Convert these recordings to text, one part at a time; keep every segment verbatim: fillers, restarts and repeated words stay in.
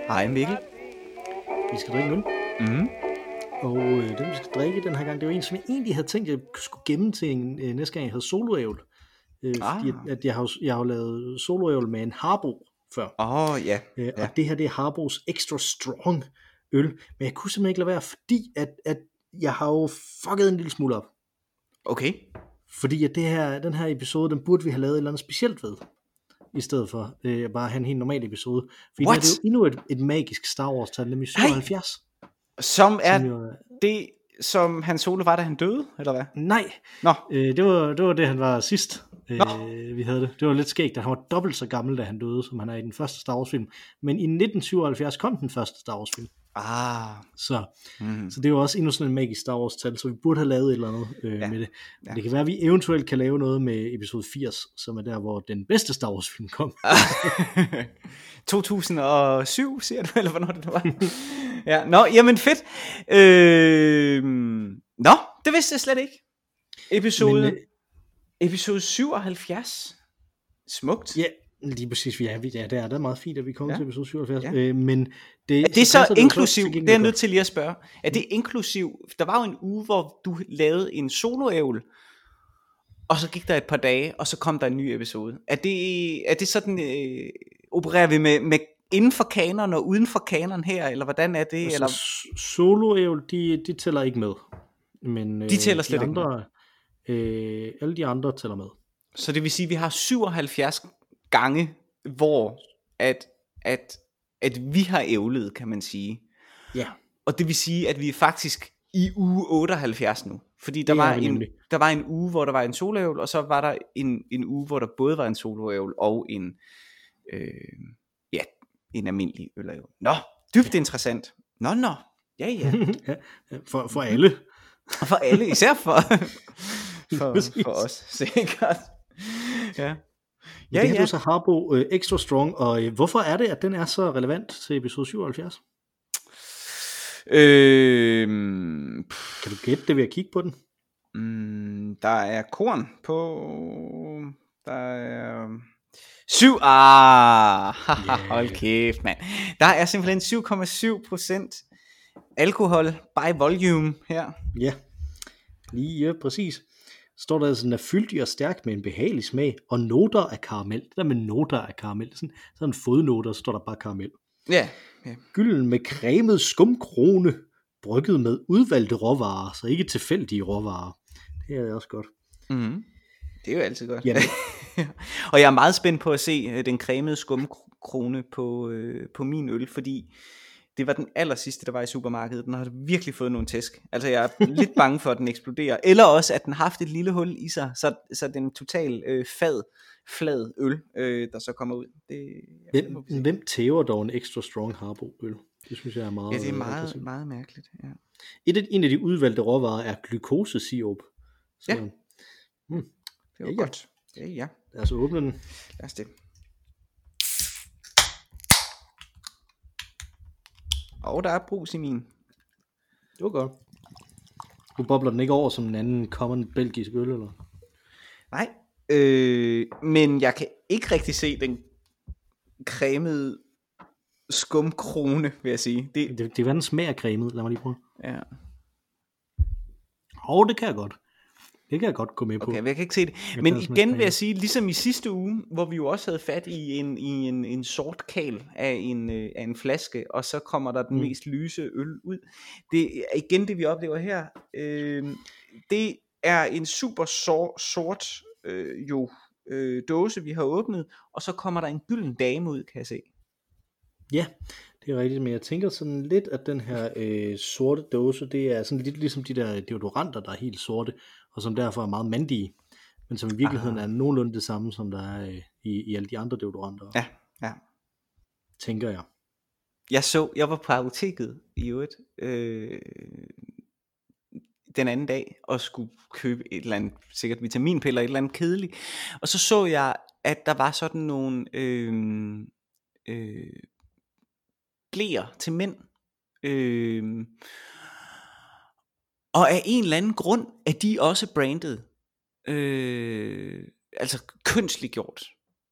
Hej Mikkel. Vi skal drikke en øl. Mm. Og øh, den vi skal drikke den her gang, det var en, som jeg egentlig havde tænkt, at jeg skulle gemme til en, øh, næste gang jeg havde soloævl. Øh, Ah. Fordi at, at jeg, har, jeg har lavet soloævl med en Harbo før. Åh oh, ja. øh, ja. Og det her, det er Harbos Extra Strong øl. Men jeg kunne simpelthen ikke lade være, fordi at, at jeg har jo fucket en lille smule op. Okay. Fordi at det her, den her episode, den burde vi have lavet et eller andet specielt ved. I stedet for øh, bare at have en helt normal episode. Fordi What? det er jo endnu et, et magisk Star Wars tal, nemlig syvoghalvfjerds. Som er Som jo, det, som Han Solo var, da han døde, eller hvad? nej, Nå. øh, det, var, det var det, han var sidst, øh, vi havde det. Det var lidt skægt, at han var dobbelt så gammel, da han døde, som han er i den første Star Wars film. Men i nitten syvoghalvfjerds kom den første Star Wars film. Ah. Så, Mm. så det er jo også endnu sådan en magisk Star Wars tal, så vi burde have lavet et eller andet øh, Ja. med det. Men Ja. det kan være, at vi eventuelt kan lave noget med episode firs, som er der, hvor den bedste Star Wars film kom. to tusind og syv, siger du, eller hvornår det var? Ja, nå, jamen fedt. Øh... Nå, det vidste jeg slet ikke. Episode, Men, øh, episode syvoghalvfjerds. Smukt. Ja, lige præcis. Ja, vi, ja, det er da meget fint, at vi kommer Ja. til episode syvoghalvfjerds. Ja. Øh, men det, Er det så passer inklusiv, også til det er jeg gengæld nødt til lige at spørge, er det inklusiv, der var jo en uge, hvor du lavede en soloævl, og så gik der et par dage, og så kom der en ny episode. Er det, er det sådan, øh, opererer vi med, med inden for kanon og uden for kanon her, eller hvordan er det? Altså, Eller? soloævl, de, de tæller ikke med. Men, De tæller slet de ikke andre, øh, alle de andre tæller med. Så det vil sige, at vi har syvoghalvfjerds gange, hvor at, at, at vi har ævlet, kan man sige. Ja, Og det vil sige, at vi er faktisk i uge otteoghalvfjerds nu. Fordi der Det er var, vi en, nemlig. der var en uge, hvor der var en soloævl, og så var der en, en uge, hvor der både var en soloævl og en, øh, ja, en almindelig ølævl. Nå, dybt interessant. Nå, nå. Ja, ja. ja for, for alle. Og for alle, især for, for, Præcis. for os, sikkert. Ja. Ja, Ja, det her ja. er så Harbo øh, Extra Strong, og øh, hvorfor er det, at den er så relevant til episode syvoghalvfjerds? Øh, Kan du gætte det ved at kigge på den? mm, der er korn på. Der er syv. Ah, yeah. Hold kæft, mand. Der er simpelthen syv komma syv procent alkohol by volume her. Ja, lige ja, præcis. Står der, at den er fyldig og stærk med en behagelig smag, og noter af karamel. Det der med noter af karamel, sådan, sådan en fodnoter, så står der bare karamel. Ja. Ja. Gylden med cremet skumkrone, brygget med udvalgte råvarer, så ikke tilfældige råvarer. Det er også godt. Mm-hmm. Det er jo altid godt. Jamen. Og jeg er meget spændt på at se øh, den cremede skumkrone på, øh, på min øl, fordi det var den aller sidste, der var i supermarkedet. Den har virkelig fået nogle tæsk. Altså jeg er lidt bange for, at den eksploderer. Eller også, at den har haft et lille hul i sig, så, så den total øh, fad, flad øl, øh, der så kommer ud. Det, ja, det må vi se. Hvem, hvem tæver dog en extra strong Harbo øl? Det synes jeg er meget Ja, det er øh, meget, aggressivt. meget mærkeligt. Ja. Et af, en af de udvalgte råvarer er glukosesirup. Så Ja. hmm, Det var Ja, ja. godt. Ja, ja. lad os åbne den. Lad os det. Og der er brus i min. Det var godt. Du bobler den ikke over som en anden common belgisk øl, eller? Nej, øh, men jeg kan ikke rigtig se den cremede skumkrone, vil jeg sige. Det, Det, det er, den smager cremet. Lad mig lige prøve. ja. Åh, oh, det kan jeg godt. Det kan jeg godt gå med på. Okay, men jeg kan ikke se det. Jeg Men kan smage igen vil creme. jeg sige, ligesom i sidste uge, hvor vi jo også havde fat i en, i en, en sort kal af en, øh, af en flaske, og så kommer der den Mm. mm. mest lyse øl ud. Det er igen det, vi oplever her. Øh, det er en super sort, sort øh, jo, øh, dåse, vi har åbnet, og så kommer der en gylden dame ud, kan jeg se. Ja, det er rigtigt, men jeg tænker sådan lidt, at den her øh, sorte dåse, det er sådan lidt ligesom de der deodoranter, der er helt sorte, og som derfor er meget mandige, men som i virkeligheden Ah. er nogenlunde det samme, som der er øh, i, i alle de andre deodoranter, Ja, ja. tænker jeg. Jeg så, jeg var på apoteket i øvrigt, øh, den anden dag, og skulle købe et eller andet, sikkert vitaminpiller, et eller andet kedeligt, og så så jeg, at der var sådan nogle øh, øh, bleer til mænd, øh, og af en eller anden grund er de også brandet, øh, altså kønsligt gjort.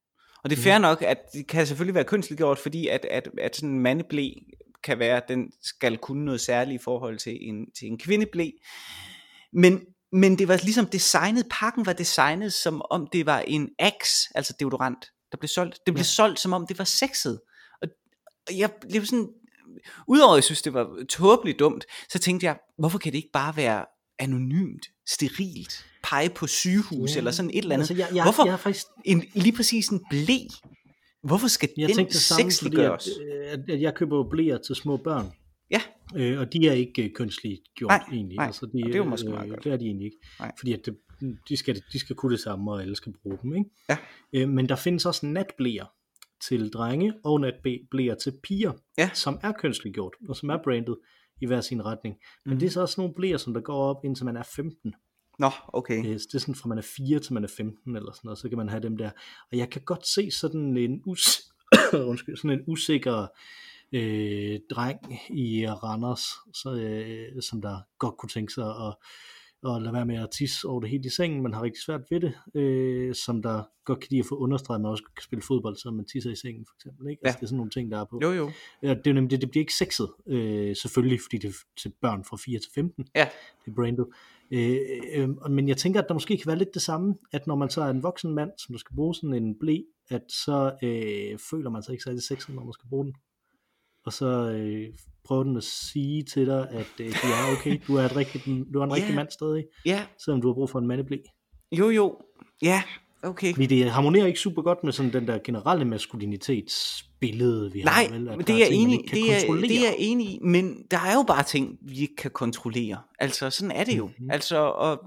Og det er fair nok, at det kan selvfølgelig være kønsligt gjort, fordi at, at, at sådan en mandeblæ kan være, at den skal kunne noget særligt i forhold til en, til en kvindeblæ. Men, men det var ligesom designet, pakken var designet som om det var en Axe, altså deodorant, der blev solgt. Det blev ja. solgt som om det var sexet. Og jeg blev sådan, udover at jeg synes det var tåbeligt dumt, så tænkte jeg, hvorfor kan det ikke bare være anonymt, sterilt, pege på sygehus ja. eller sådan et eller andet. Altså, jeg, jeg, hvorfor jeg faktisk... en, lige præcis en blæ? Hvorfor skal jeg den sexliggøres? At, at, at jeg køber blæer til små børn. Ja. Øh, og de er ikke øh, kønsligt gjort nej, egentlig. Nej, altså, de, det er jo måske meget øh, godt. Det er de egentlig ikke. Nej. Fordi at det, de, skal, de skal kunne det samme, og alle skal bruge dem. Ikke? Ja. Øh, men der findes også natblæer til drenge, og natblæer til piger, ja. som er kønsligt gjort, og som er brandet i hver sin retning. Men mm. det er så også nogle blæer, som der går op, indtil man er femten. Nå, okay. Det er sådan fra man er fire til man er femten eller sådan noget, så kan man have dem der. Og jeg kan godt se sådan en us undskyld, sådan en usikker øh, dreng i Randers, så, øh, som der godt kunne tænke sig at, at lade være med at tisse over det hele i sengen, man har rigtig svært ved det, øh, som der godt kan lide at få understreget, at man også kan spille fodbold, så man tisser i sengen for eksempel, ikke? Ja. Altså, det er sådan nogle ting, der er på. Jo, jo. Ja, det er jo nemlig, det, det bliver ikke sexet, øh, selvfølgelig, fordi det er til børn fra fire til femten, ja. det er brandet. Øh, øh, men jeg tænker, at der måske kan være lidt det samme, at når man så er en voksen mand, som der skal bruge sådan en blæ, at så øh, føler man sig ikke særlig sexet, når man skal bruge den. Og så øh, prøver den at sige til dig, at øh, det er okay, du er, et rigtigt, du er en rigtig yeah. mand stadig, yeah. selvom du har brug for en mandeblæ. Jo jo, ja, okay. Fordi det harmonerer ikke super godt med sådan den der generelle maskulinitetsbillede, vi Nej, har. Nej, men det er, ting, enig, det, er, det er jeg enig i, men der er jo bare ting, vi ikke kan kontrollere. Altså, sådan er det jo. Mm-hmm. Altså, og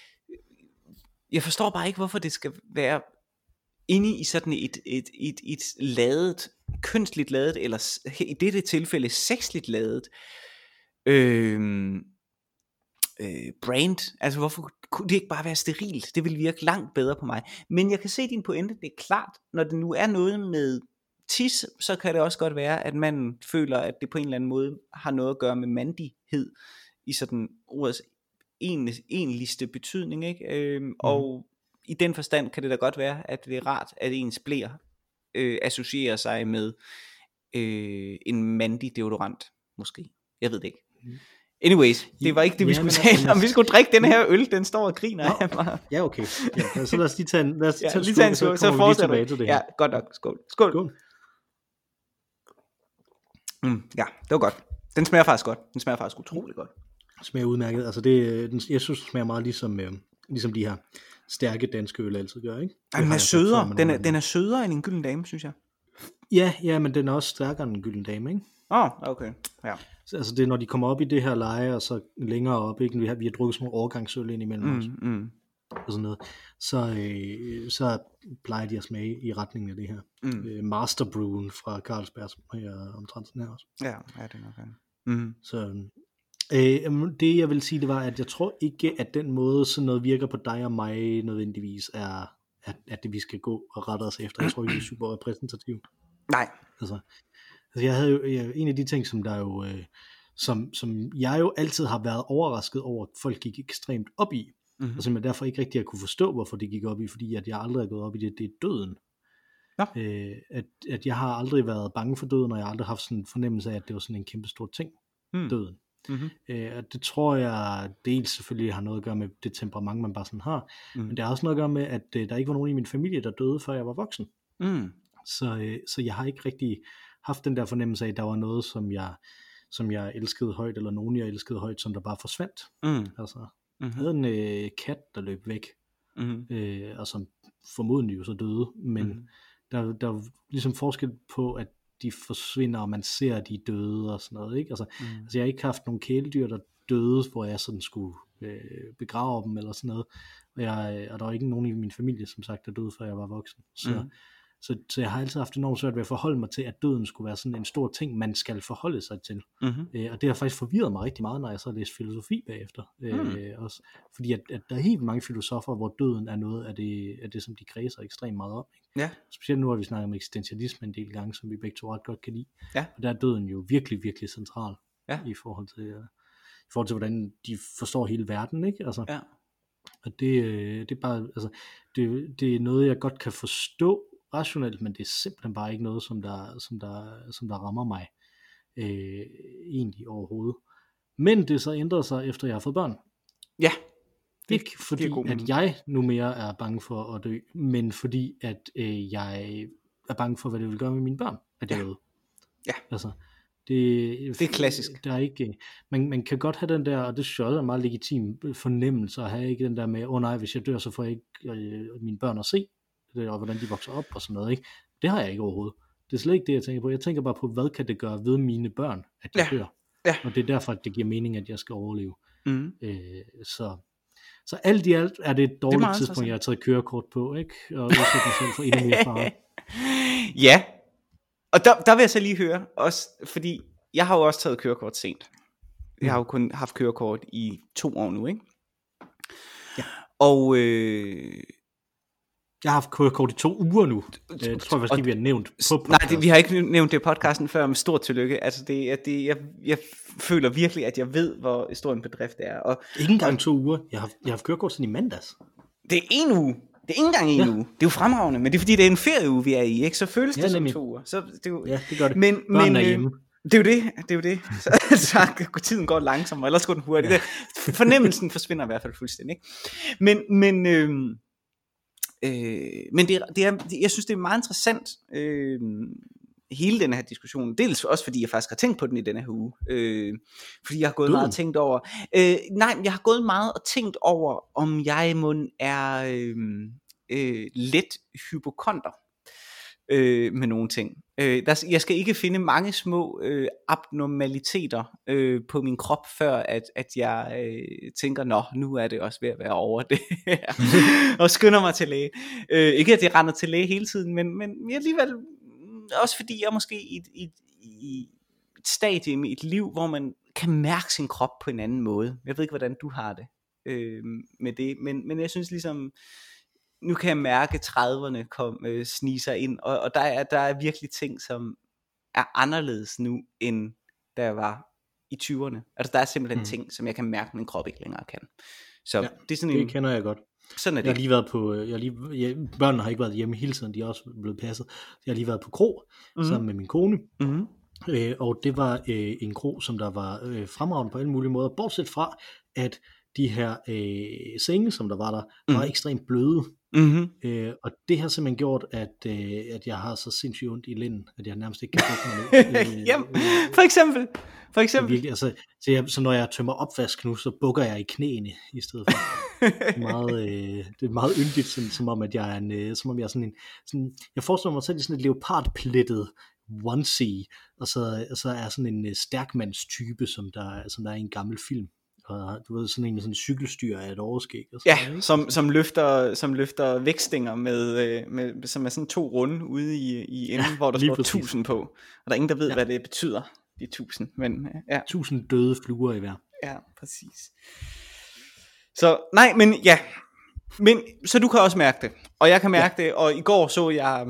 jeg forstår bare ikke, hvorfor det skal være inde i sådan et, et, et, et ladet, kønsligt ladet, eller i dette tilfælde sexligt ladet øh, øh, brand. Altså hvorfor kunne det ikke bare være sterilt? Det ville virke langt bedre på mig. Men jeg kan se din pointe, det er klart, når det nu er noget med tis, så kan det også godt være, at man føler, at det på en eller anden måde har noget at gøre med mandighed, i sådan ordets egentligste betydning, ikke? Øh, mm. Og i den forstand kan det da godt være, at det er rart, at ens blæer øh, associerer sig med øh, en mandig deodorant, måske. Jeg ved det ikke. Anyways, det var ikke det, vi ja, skulle tale om. Vi skulle drikke den her øl, den står og griner af mig. Ja, okay. Ja, så lad os lige tage en, lad os ja, tage lige tage en skål, så, så fortsætter vi til det her. Ja, godt nok. Skål. Skål. Skål. Mm, ja, det var godt. Den smager faktisk godt. Den smager faktisk utrolig godt. Den smager udmærket. Altså det, den, jeg synes, den smager meget ligesom, øh, ligesom de her stærke danske øl altid gør, ikke? Den er sødere. Den er, den er sødere end en Gylden Dame, synes jeg. Ja, ja, men den er også stærkere end en Gylden Dame, ikke? Åh, oh, okay. Ja. Så, altså det er, når de kommer op i det her leje, og så længere op, ikke? Vi har, vi har drukket sådan nogle overgangsøl ind imellem mm, os, mm. og sådan noget. Så, øh, så plejer de at smage i retningen af det her. Mm. Øh, Master Brewen fra Carlsberg, som er omtrent sådan her også. Ja, ja, det er nok han. Mm. Så øh, det jeg vil sige, det var, at jeg tror ikke, at den måde, sådan noget virker på dig og mig, nødvendigvis er, at, at det vi skal gå og rette os efter. Jeg tror ikke, det er super repræsentativt. Nej. Altså, altså jeg havde jo, jeg, en af de ting, som der jo, øh, som, som jeg jo altid har været overrasket over, at folk gik ekstremt op i, mm-hmm. og som jeg derfor ikke rigtig har kunne forstå, hvorfor de gik op i, fordi at jeg aldrig har gået op i det, det er døden. Ja. Øh, at, at jeg har aldrig været bange for døden, og jeg har aldrig haft sådan en fornemmelse af, at det var sådan en kæmpe stor ting, mm. døden. Mm-hmm. Øh, og det tror jeg dels selvfølgelig har noget at gøre med det temperament, man bare sådan har, mm. men det har også noget at gøre med, at øh, der ikke var nogen i min familie, der døde, før jeg var voksen. Mm. Så, øh, så jeg har ikke rigtig haft den der fornemmelse af, at der var noget, som jeg, som jeg elskede højt, eller nogen jeg elskede højt, som der bare forsvandt. Mm. Altså, jeg mm-hmm. havde en øh, kat, der løb væk, mm-hmm. øh, og som formodentlig jo så døde, men mm. der, der er ligesom forskel på, at de forsvinder, og man ser, at de er døde og sådan noget, ikke? Altså, mm. altså jeg har ikke haft nogen kæledyr, der døde, hvor jeg sådan skulle øh, begrave dem, eller sådan noget, og, jeg, og der var ikke nogen i min familie, som sagt, der døde, før jeg var voksen, så mm. Så, så jeg har altid haft enormt svært ved at forholde mig til, at døden skulle være sådan en stor ting, man skal forholde sig til. Mm-hmm. Øh, og det har faktisk forvirret mig rigtig meget, når jeg så har læst filosofi bagefter. Mm. Øh, også, fordi at, at der er helt mange filosofer, hvor døden er noget af det, af det som de kredser ekstremt meget om. Ikke? Ja. Specielt nu har vi snakket om eksistentialisme en del gange, som vi begge to ret godt kan lide. Ja. Og der er døden jo virkelig, virkelig central ja. i forhold til, uh, i forhold til, hvordan de forstår hele verden. Ikke? Altså, ja. Og det, det er bare, altså, det, det er noget, jeg godt kan forstå, rationelt, men det er simpelthen bare ikke noget, som der, som der, som der rammer mig øh, egentlig overhovedet. Men det så ændrer sig, efter jeg har fået børn. Ja. Det, ikke fordi, det at jeg nu mere er bange for at dø, men fordi, at øh, jeg er bange for, hvad det vil gøre med mine børn, at jeg ja. døde. Ja. Altså, det, det er klassisk. Der er ikke, man, man kan godt have den der, og det synes jeg også er en meget legitim fornemmelse, at have ikke den der med, åh oh, nej, hvis jeg dør, så får jeg ikke øh, mine børn at se, og hvordan de vokser op og sådan noget. Ikke? Det har jeg ikke overhovedet. Det er slet ikke det, jeg tænker på. Jeg tænker bare på, hvad kan det gøre ved mine børn, at jeg ja. dør? Ja. Og det er derfor, at det giver mening, at jeg skal overleve. Mm. Øh, så Så alt i alt er det et dårligt det tidspunkt, jeg har taget kørekort på, ikke? Og udsætte mig selv for endnu mere fare. Ja, og der, der vil jeg så lige høre, også fordi jeg har jo også taget kørekort sent. Jeg har jo kun haft kørekort i to år nu, ikke? Ja. Og øh, jeg har haft kørekort i to uger nu. Det tror jeg faktisk ikke, vi har nævnt på podcasten. Nej, det, vi har ikke nævnt det i podcasten før, med stort tillykke. Altså det, det, jeg, jeg føler virkelig, at jeg ved, hvor stor en bedrift det er. Og, ikke engang to uger. Jeg har, jeg har haft kørekort siden i mandags. Det er en uge. Det er ikke engang en ja. uge. Det er jo fremragende, men det er fordi, det er en ferieuge, vi er i, ikke? Så føles det ja, som to uger. Så det er jo, ja, det gør det. Men, men, er hjemme. Det er jo det, det er jo det. Så, så tiden går langsommere, ellers går den hurtigt. Ja. Fornemmelsen forsvinder i hvert fald fuldstændig, ikke? Men, men, øh, øh, men det, det er, jeg synes, det er meget interessant, øh, hele den her diskussion. Dels også, fordi jeg faktisk har tænkt på den i denne her uge. Øh, fordi jeg har gået Døden. meget og tænkt over... Øh, nej, jeg har gået meget og tænkt over, om jeg må er øh, øh, let hypokonder. Øh, med nogle ting. Øh, der, jeg skal ikke finde mange små øh, abnormaliteter øh, på min krop, før at, at jeg øh, tænker, nå, nu er det også ved at være over det her, og skynder mig til læge. Øh, ikke at jeg render til læge hele tiden, men, men alligevel, også fordi jeg er måske i et, i, i et stadie i mit liv, hvor man kan mærke sin krop på en anden måde. Jeg ved ikke, hvordan du har det øh, med det, men, men jeg synes ligesom, nu kan jeg mærke trediverne kom, øh, snige sig ind, og, og der, er, der er virkelig ting, som er anderledes nu, end da jeg var i tyverne. Altså der er simpelthen mm. ting, som jeg kan mærke, min krop ikke længere kan. Så ja, det er sådan det en, kender jeg godt. Sådan er det. Jeg har lige været på, jeg har lige, jeg, børnene har ikke været hjemme hele tiden, de er også blevet passet. Jeg har lige været på kro, mm. sammen med min kone, mm. øh, og det var øh, en kro, som der var øh, fremragende på alle mulige måder, bortset fra, at de her øh, senge, som der var der, mm. var ekstremt bløde. Mm-hmm. Øh, og det har simpelthen gjort, at, øh, at jeg har så sindssygt ondt i lænden, at jeg nærmest ikke kan få mig ned. Jamen, for eksempel. For eksempel. Virkelig, altså, så, jeg, så når jeg tømmer opvask nu, så bukker jeg i knæene i stedet for. Det er meget, øh, det er meget yndigt, sådan, som om at jeg er en, øh, som om jeg er sådan en, sådan, jeg forestiller mig selv i sådan et leopardplettet onesie, og så, og så er sådan en øh, stærkmandstype, som der, som der er i en gammel film. Og du ved, sådan en med sådan en cykelstyr af et overskæg. Og sådan, ja, ikke? som, som, løfter, som løfter vækstænger med, med, som er sådan to runde ude i, i enden, ja, hvor der står tusind på. Og der er ingen, der ved, ja. hvad det betyder, de tusind. Men, ja. Tusind døde fluer i hver. Ja, præcis. Så, nej, men ja. Men, så du kan også mærke det. Og jeg kan mærke ja. det, og i går så jeg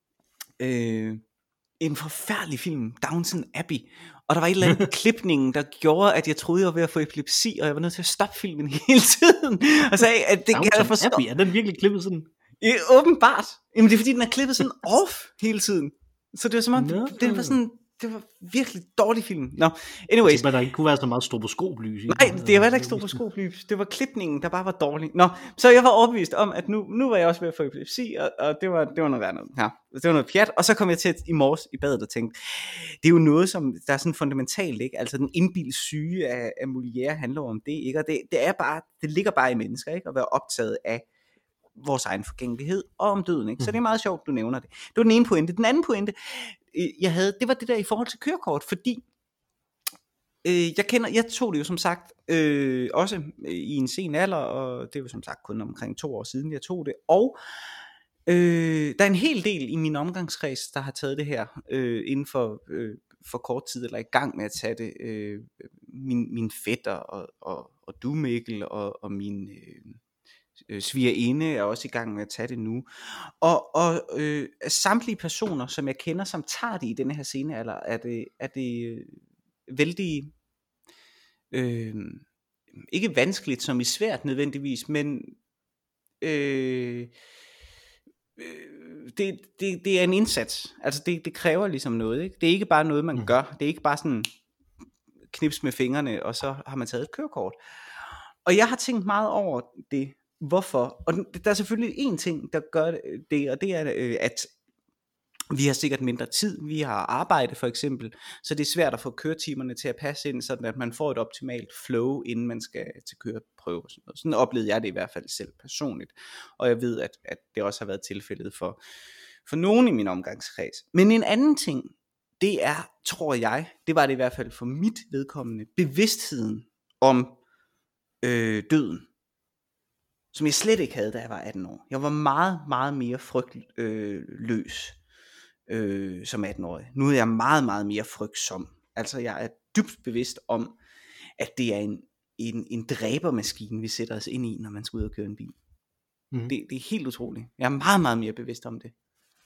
øh, en forfærdelig film, Downton Abbey. Og der var et eller andet klipning, der gjorde, at jeg troede, jeg var ved at få epilepsi, og jeg var nødt til at stoppe filmen hele tiden. Og sagde, at det kan jeg forstå. Er den virkelig klippet sådan? Ja, åbenbart. Jamen det er fordi, den er klippet sådan off hele tiden. Så det var som om, no. det, det var sådan, det var virkelig dårlig film. Nå, anyways. Men der ikke kunne være så meget stroboskoplys. Nej, det var heller ikke stroboskoplys. Det var klipningen, der bare var dårlig. Nå, så jeg var overbevist om, at nu, nu var jeg også ved at få epilepsi, og, og det, var, det var noget værd noget. Ja, det var noget pjat. Og så kom jeg til at, i morges i badet og tænkte, det er jo noget, som der er sådan fundamentalt, ikke? Altså den indbildte syge af, af Molière handler om det, ikke? Og det, det er bare, det ligger bare i mennesker, ikke? At være optaget af vores egen forgængelighed og om døden, ikke? Så det er meget sjovt, du nævner det. Det var den ene pointe. Den anden pointe, jeg havde, det var det der i forhold til kørekort, fordi øh, jeg kender, jeg tog det jo som sagt øh, også i en sen alder, og det var som sagt kun omkring to år siden, jeg tog det, og øh, der er en hel del i min omgangskreds, der har taget det her øh, inden for, øh, for kort tid, eller i gang med at tage det. Øh, min, min fætter og, og, og du, Mikkel, og, og min øh, svigerinde er også i gang med at tage det nu. Og, og øh, samtlige personer, som jeg kender, som tager det i denne her scenealder, er det, er det øh, vældig, øh, ikke vanskeligt som i svært nødvendigvis, men øh, øh, det, det, det er en indsats. Altså det, det kræver ligesom noget, ikke? Det er ikke bare noget, man mm. gør. Det er ikke bare sådan knips med fingrene, og så har man taget et kørekort. Og jeg har tænkt meget over det. Hvorfor? Og der er selvfølgelig en ting, der gør det, og det er, at vi har sikkert mindre tid, vi har arbejde for eksempel, så det er svært at få køretimerne til at passe ind, sådan at man får et optimalt flow, inden man skal til køreprøve. Sådan noget. Sådan oplevede jeg det i hvert fald selv personligt, og jeg ved, at, at det også har været tilfældet for, for nogen i min omgangskreds. Men en anden ting, det er, tror jeg, det var det i hvert fald for mit vedkommende, bevidstheden om øh, døden, som jeg slet ikke havde, da jeg var atten år. Jeg var meget, meget mere frygtløs øh, løs. Øh, som atten-årig. Nu er jeg meget, meget mere frygtsom. Altså jeg er dybt bevidst om, at det er en, en, en dræbermaskine, vi sætter os ind i, når man skal ud og køre en bil. Mm. Det, det er helt utroligt. Jeg er meget, meget mere bevidst om det.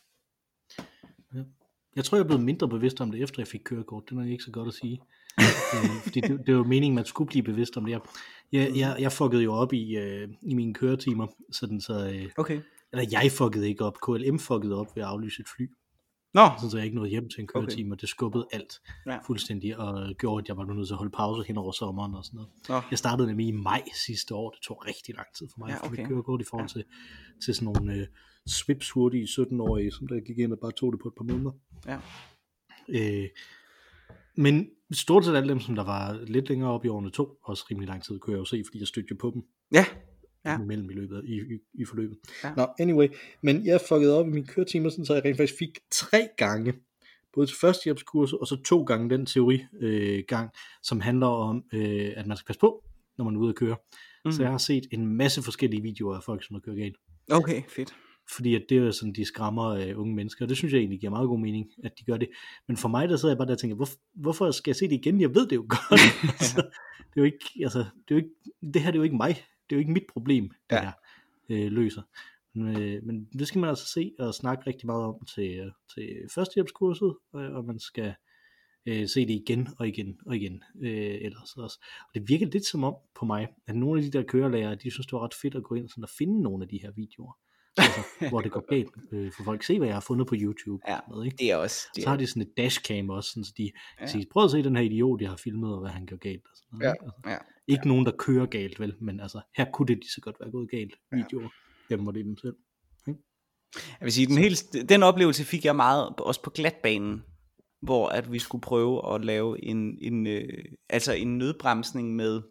Ja. Jeg tror, jeg er blevet mindre bevidst om det, efter jeg fik kørekort. Det er ikke så godt at sige. øh, fordi det, det var meningen, man skulle blive bevidst om det. Jeg, jeg, jeg, jeg fuckede jo op i, øh, i mine køretimer. Sådan så, øh, okay. Eller jeg fuckede ikke op. K L M fuckede op ved at aflyse et fly. Nå. Så jeg ikke nåede hjem til en køretime, okay. Og det skubbede alt ja. fuldstændig, og gjorde, at jeg var nødt til at holde pause hen over sommeren og sådan noget. Nå. Jeg startede nemlig i maj sidste år, det tog rigtig lang tid for mig, ja, okay. at køre godt i forhold til, ja. til sådan nogle øh, svipshurtige sytten-årige, som der gik ind og bare tog det på et par måneder. Ja. Øh, men stort set alle dem, som der var lidt længere op i årene to, også rimelig lang tid, kunne jeg jo se, fordi jeg stødte jo på dem. Ja. Ja. Imellem i løbet i, i, i forløbet. Ja. Nå, anyway, men jeg fuckede op i mine køretimer, sådan, så jeg rent faktisk fik tre gange, både til førstehjælpskurset, og så to gange den teori øh, gang, som handler om, øh, at man skal passe på, når man er ude at køre. Mm. Så jeg har set en masse forskellige videoer af folk, som har kørt galt. Okay, fedt. Fordi at det er sådan, de skræmmer øh, unge mennesker, og det synes jeg egentlig giver meget god mening, at de gør det. Men for mig, der sidder jeg bare der og tænker, Hvor, hvorfor skal jeg se det igen? Jeg ved det jo godt. altså, det er jo ikke, altså, det er jo ikke, det her det er jo ikke mig. Det er jo ikke mit problem, det ja. her øh, løser. Men, øh, men det skal man altså se og snakke rigtig meget om til, til førstehjælpskurset, og, og man skal øh, se det igen og igen og igen øh, ellers også. Og det virker lidt som om på mig, at nogle af de der kørelærer, de synes det var ret fedt at gå ind sådan og finde nogle af de her videoer, altså, hvor det går galt øh, for folk. Se hvad jeg har fundet på YouTube. Ja, noget, ikke? Det er også. Det er... Så har de sådan et dashcam også, sådan, så de ja. siger, prøv at se den her idiot, jeg har filmet, og hvad han gør galt. Og sådan noget, ja. Ikke? Altså, ja. ikke nogen, der kører galt, vel, men altså, her kunne det lige så godt være gået galt. Videoer, ja. Dem var det dem selv. Okay? Jeg vil sige, den, hele, den oplevelse fik jeg meget, også på glatbanen, hvor at vi skulle prøve at lave en, en, øh, altså en nødbremsning med,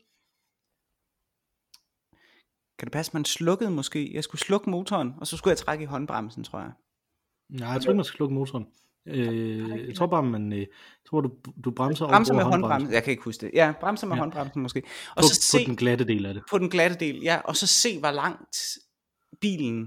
kan det passe, man slukkede måske, jeg skulle slukke motoren, og så skulle jeg trække i håndbremsen, tror jeg. Nej, jeg tror ikke, man skal slukke motoren. Øh, jeg tror bare, man øh, tror, du, du bremser over bremser med håndbremsen. Jeg kan ikke huske det. Ja, bremser med ja. håndbremsen måske. Og på, så se, på den glatte del af det. På den glatte del, ja. Og så se, hvor langt bilen,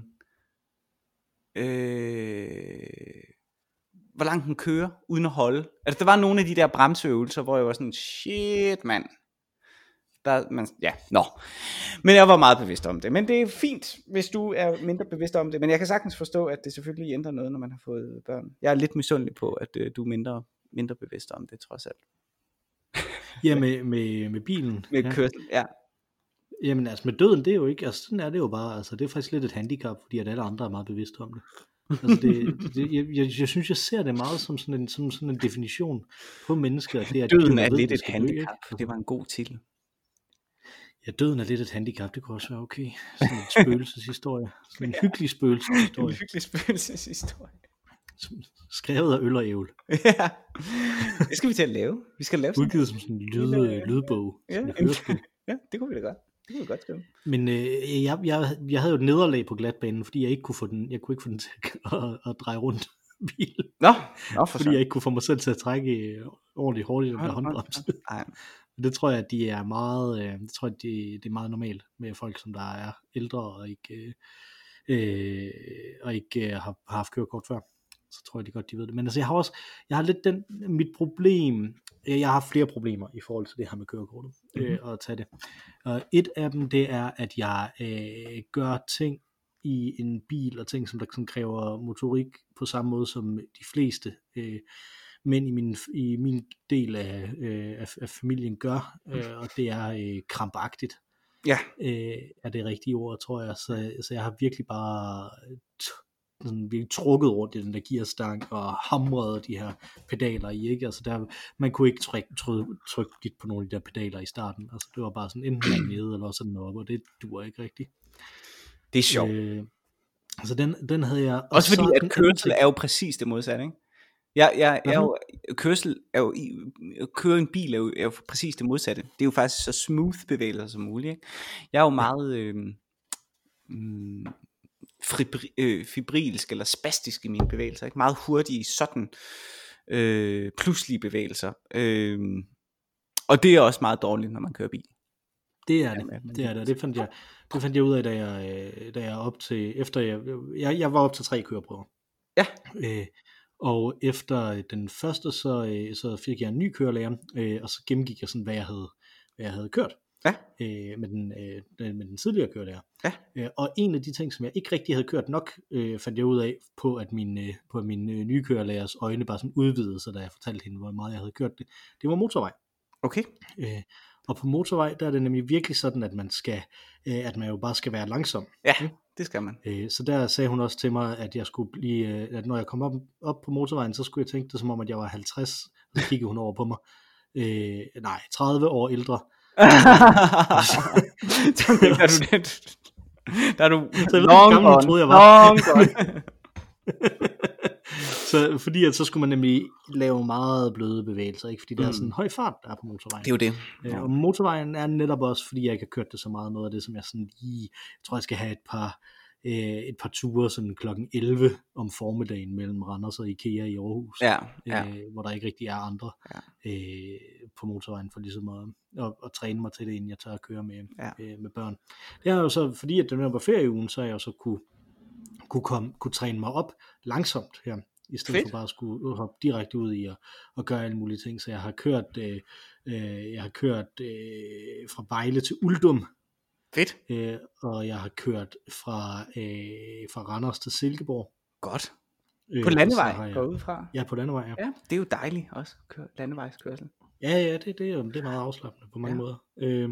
øh, hvor langt den kører, uden at holde. Altså, der var nogle af de der bremseøvelser, hvor jeg var sådan, shit, mand. Der, man, ja, nå. Men jeg var meget bevidst om det. Men det er fint, hvis du er mindre bevidst om det. Men jeg kan sagtens forstå, at det selvfølgelig ændrer noget, når man har fået børn. Jeg er lidt misundelig på, at øh, du er mindre, mindre bevidst om det, trods alt. Ja, med, med, med bilen. Med ja. kørsel, ja. Jamen altså, med døden, det er jo ikke, altså sådan er det jo bare, altså det er faktisk lidt et handicap, fordi at alle andre er meget bevidste om det. Altså det, det jeg, jeg, jeg synes, jeg ser det meget som sådan en, som sådan en definition på mennesker. Det er, døden er ved, lidt et handicap, dø, det var en god titel. Ja, døden er lidt et handicap, det kunne også være okay. Sådan en spøgelseshistorie. Sådan en ja. hyggelig spøgelseshistorie. En hyggelig spøgelseshistorie. Skrevet af øl og ævl. Ja, det skal vi til at lave. Vi skal lave sådan udgivet som sådan en lyd, lydbog. Ja, en ja, det kunne vi da godt. Det kunne vi godt skrive. Men øh, jeg, jeg, jeg havde jo et nederlag på glatbanen, fordi jeg ikke kunne få den, jeg kunne ikke få den til at, at, at dreje rundt bilen. Nå, nå for fordi så. Jeg ikke kunne få mig selv til at trække ordentligt hurtigt den der håndbremse. Nej. Det tror jeg, at de er meget, øh, det tror jeg, de, det er meget normalt med folk, som der er ældre og ikke, øh, og ikke øh, har, har haft kørekort før. Så tror jeg, de godt, de ved det. Men altså, jeg har også, jeg har lidt den, mit problem, jeg har flere problemer i forhold til det her med kørekortet, mm-hmm. øh, og tage det. Og et af dem, det er, at jeg øh, gør ting i en bil, og ting, som der sådan kræver motorik på samme måde, som de fleste øh, mænd i min, i min del af, øh, af, af familien gør, øh, og det er øh, krampagtigt. Ja. Øh, er det rigtige ord, tror jeg. Så, så jeg har virkelig bare sådan virkelig trukket rundt i den der gearstang, og hamrede de her pedaler i, ikke? Altså der, man kunne ikke trykke, trykke, trykke lidt på nogle af de der pedaler i starten, altså det var bare sådan, enten var nede, eller sådan op, og det duer ikke rigtigt. Det er sjovt. Øh, altså den, den havde jeg... Og også fordi, så at kørsel er jo præcis det modsatte, ikke? Jeg, jeg, jeg er jo, kørsel er jo, at køre en bil er jo, er jo præcis det modsatte. Det er jo faktisk så smooth bevægelser som muligt, ikke? Jeg er jo meget øh, mm, fibri, øh, fibrilsk eller spastisk i mine bevægelser, ikke? Meget hurtige, sådan øh, pludselige bevægelser. Øh, og det er også meget dårligt, når man kører bil. Det er det, det er det, det fandt jeg, det fandt jeg ud af, da jeg, da jeg op til, efter jeg, jeg, jeg var op til tre køreprøver. Ja. Øh, og efter den første, så, så fik jeg en ny kørelærer, øh, og så gennemgik jeg sådan, hvad jeg havde, hvad jeg havde kørt. Ja. Øh, med, den, øh, med den tidligere kørelærer. Ja. Øh, og en af de ting, som jeg ikke rigtig havde kørt nok, øh, fandt jeg ud af, på at min, øh, på at min øh, nye kørelærers øjne bare sådan udvidede sig, da jeg fortalte hende, hvor meget jeg havde kørt det. Det var motorvej. Okay. Øh, og på motorvej, der er det nemlig virkelig sådan, at man skal, øh, at man jo bare skal være langsom. Ja, det skal man. Øh, så der sagde hun også til mig, at jeg skulle blive, øh, at når jeg kom op, op på motorvejen, så skulle jeg tænke det som om, at jeg var halvtreds. Og så kiggede hun over på mig. Øh, nej, tredive år ældre. der er du det. Der er du long gone. Troede jeg var. Long gone. Så fordi at så skulle man nemlig lave meget bløde bevægelser, ikke? Fordi mm. der er sådan en høj fart, der er på motorvejen. Det er jo det. Ja. Og motorvejen er netop også, fordi jeg ikke har kørt det så meget, noget af det, som jeg sådan lige, jeg tror jeg skal have et par, øh, et par ture sådan klokken elleve om formiddagen mellem Randers og IKEA i Aarhus, ja, ja. Øh, hvor der ikke rigtig er andre ja. øh, på motorvejen for ligesom at, at, at træne mig til det, inden jeg tør at køre med, ja. øh, med børn. Det er jo så, fordi at det var ferieugen, så er jeg jo så kunne kunne, komme, kunne træne mig op langsomt her, i stedet Fedt. For bare at skulle hoppe direkte ud i at, at gøre alle mulige ting. Så jeg har kørt, øh, øh, jeg har kørt øh, fra Vejle til Uldum. Fedt. Øh, og jeg har kørt fra, øh, fra Randers til Silkeborg. Godt. På øh, landevej jeg, går ud fra. Ja, på landevej, ja. Ja, det er jo dejligt også, køre, landevejskørsel. Ja, ja, det, det, er, det er meget afslappende på mange ja. måder. Øh,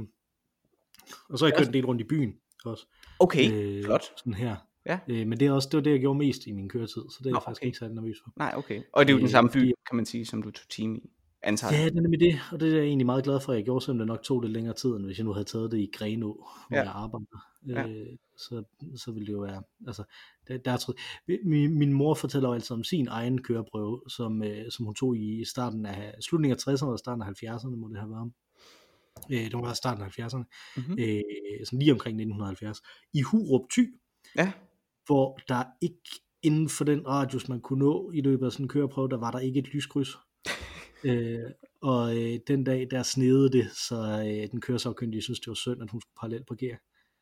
og så har jeg kørt en del rundt i byen også. Okay, øh, flot. Sådan her. Ja. Øh, men det er også det var det jeg gjorde mest i min køretid, så det er Nå, jeg faktisk okay. ikke særlig nervøs for. Nej, okay. Og det er jo den samme by, kan man sige, som du tog time i, antager. Ja, det er nemlig det, og det er jeg egentlig meget glad for, at jeg gjorde, selvom det nok tog lidt længere tid, end hvis jeg nu havde taget det i Grenå, hvor ja. jeg arbejder. Ja. Øh, så, så ville det jo være, altså, der, der er min, min mor fortæller jo altid om sin egen køreprøve, som, øh, som hun tog i starten af, slutningen af tresserne og starten af halvfjerdserne, må det have været. Øh, det var starten af halvfjerdserne, mm-hmm. øh, sådan lige omkring nitten halvfjerds, i Hurup Thy. Ja. Hvor der ikke inden for den radius man kunne nå i løbet af sådan en køreprøve, der var der ikke et lyskryds. øh, og øh, den dag der snede det, så øh, den køresagkyndige synes det var synd, at hun skulle parallelparkere.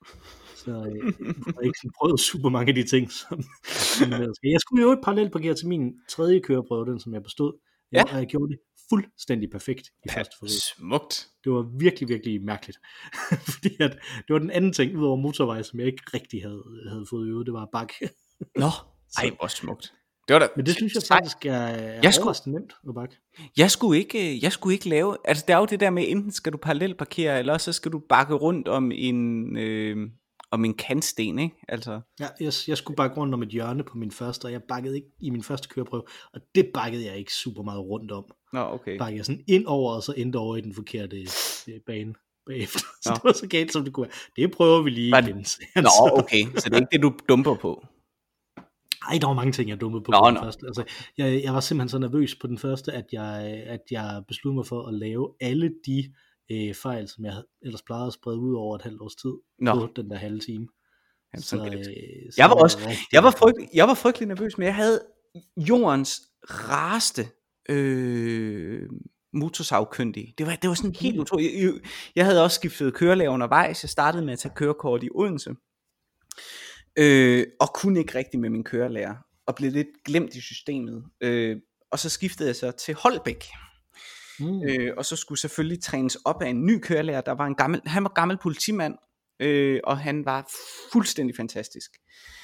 Så øh, jeg har ikke sådan prøvet super mange af de ting, som, som jeg skulle jo ikke parallelparkere til min tredje køreprøve, den som jeg bestod. Ja. Og jeg gjorde det fuldstændig perfekt i ja, første forsøg. Smukt. Det var virkelig, virkelig mærkeligt. Fordi at det var den anden ting ud over motorvej, som jeg ikke rigtig havde, havde fået øvet, det var bakke. Nå, ej hvor smukt. Det var da, men det synes jeg faktisk er, er jeg overraskende nemt at bakke. Jeg skulle ikke, jeg skulle ikke lave, altså der er jo det der med, enten skal du parallelparkere, eller så skal du bakke rundt om en... Øh, om en kantsten, ikke? Altså. Ja, jeg, jeg skulle bakke rundt om et hjørne på min første, og jeg bakkede ikke i min første køreprøve, og det bakkede jeg ikke super meget rundt om. Nå, okay. Bakkede jeg sådan ind over, og så endte over i den forkerte øh, bane bagefter. Så Nå. Det var så galt, som det kunne være. Det prøver vi lige igen. Nå, okay, så det er ikke det, du dumper på? Ej, der var mange ting, jeg dumpede på, nå, på den nå. første. Altså, jeg, jeg var simpelthen så nervøs på den første, at jeg, at jeg besluttede mig for at lave alle de øh, fejl, som jeg ellers plejede at sprede ud over et halvt års tid nå. På den der halve time. Jamen, så, øh, så jeg var også, jeg var, frygtelig, jeg var frygtelig nervøs, men jeg havde jordens rareste øh, motorsagkyndige. Det var, det var sådan helt utroligt. Jeg, jeg havde også skiftet kørelærer undervejs. Jeg startede med at tage kørekort i Odense. Øh, og kunne ikke rigtig med min kørelærer. Og blev lidt glemt i systemet. Øh, og så skiftede jeg så til Holbæk. Mm. Øh, og så skulle selvfølgelig trænes op af en ny kørelærer. Der var en gammel, han var gammel politimand. Øh, og han var fuldstændig fantastisk.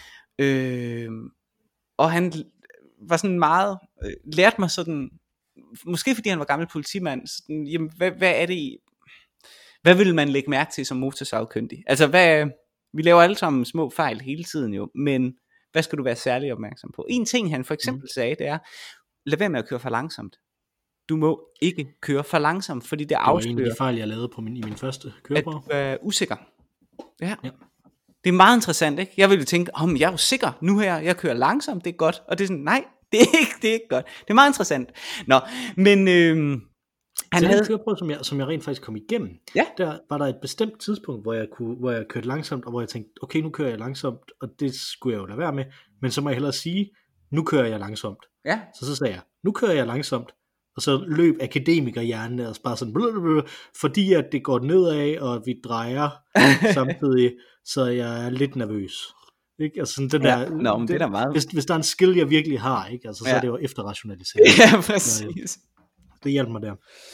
Øh, og han var sådan meget, øh, lærte mig sådan, måske fordi han var gammel politimand, sådan, jamen, hvad, hvad er det i, hvad vil man lægge mærke til som motorsagkyndig? Altså, hvad, vi laver alle sammen små fejl hele tiden jo, men hvad hvad skal du være særlig opmærksom på? En ting han for eksempel mm. sagde, det er, lad være med at køre for langsomt. Du må ikke køre for langsomt, fordi det afslører, det var en af de fejl, jeg lavede på min, i min første køreprøve. At du er usikker. Ja. ja. Det er meget interessant, ikke? Jeg ville tænke, om oh, jeg er jo sikker, nu her, jeg kører langsomt, det er godt. Og det er sådan, nej, det er ikke, det er ikke godt. Det er meget interessant. Nå, men øh, han havde... en køreprøve, som jeg, som jeg rent faktisk kom igennem, ja. Der var der et bestemt tidspunkt, hvor jeg, kunne, hvor jeg kørte langsomt, og hvor jeg tænkte, okay, nu kører jeg langsomt, og det skulle jeg jo lade være med, men så må jeg hellere sige, nu kører jeg langsomt. Ja. Så så sagde jeg, nu kører jeg langsomt, og så løb akademikerhjernen og bare sådan, blablabla, fordi at det går nedad, og vi drejer samtidig, så jeg er lidt nervøs. Ikke? Altså sådan den ja, der, no, det, det er der meget. Hvis, hvis der er en skill, jeg virkelig har, ikke? Altså, så ja. er det jo efterrationalisering. Ja, præcis. Så, det hjalp mig der.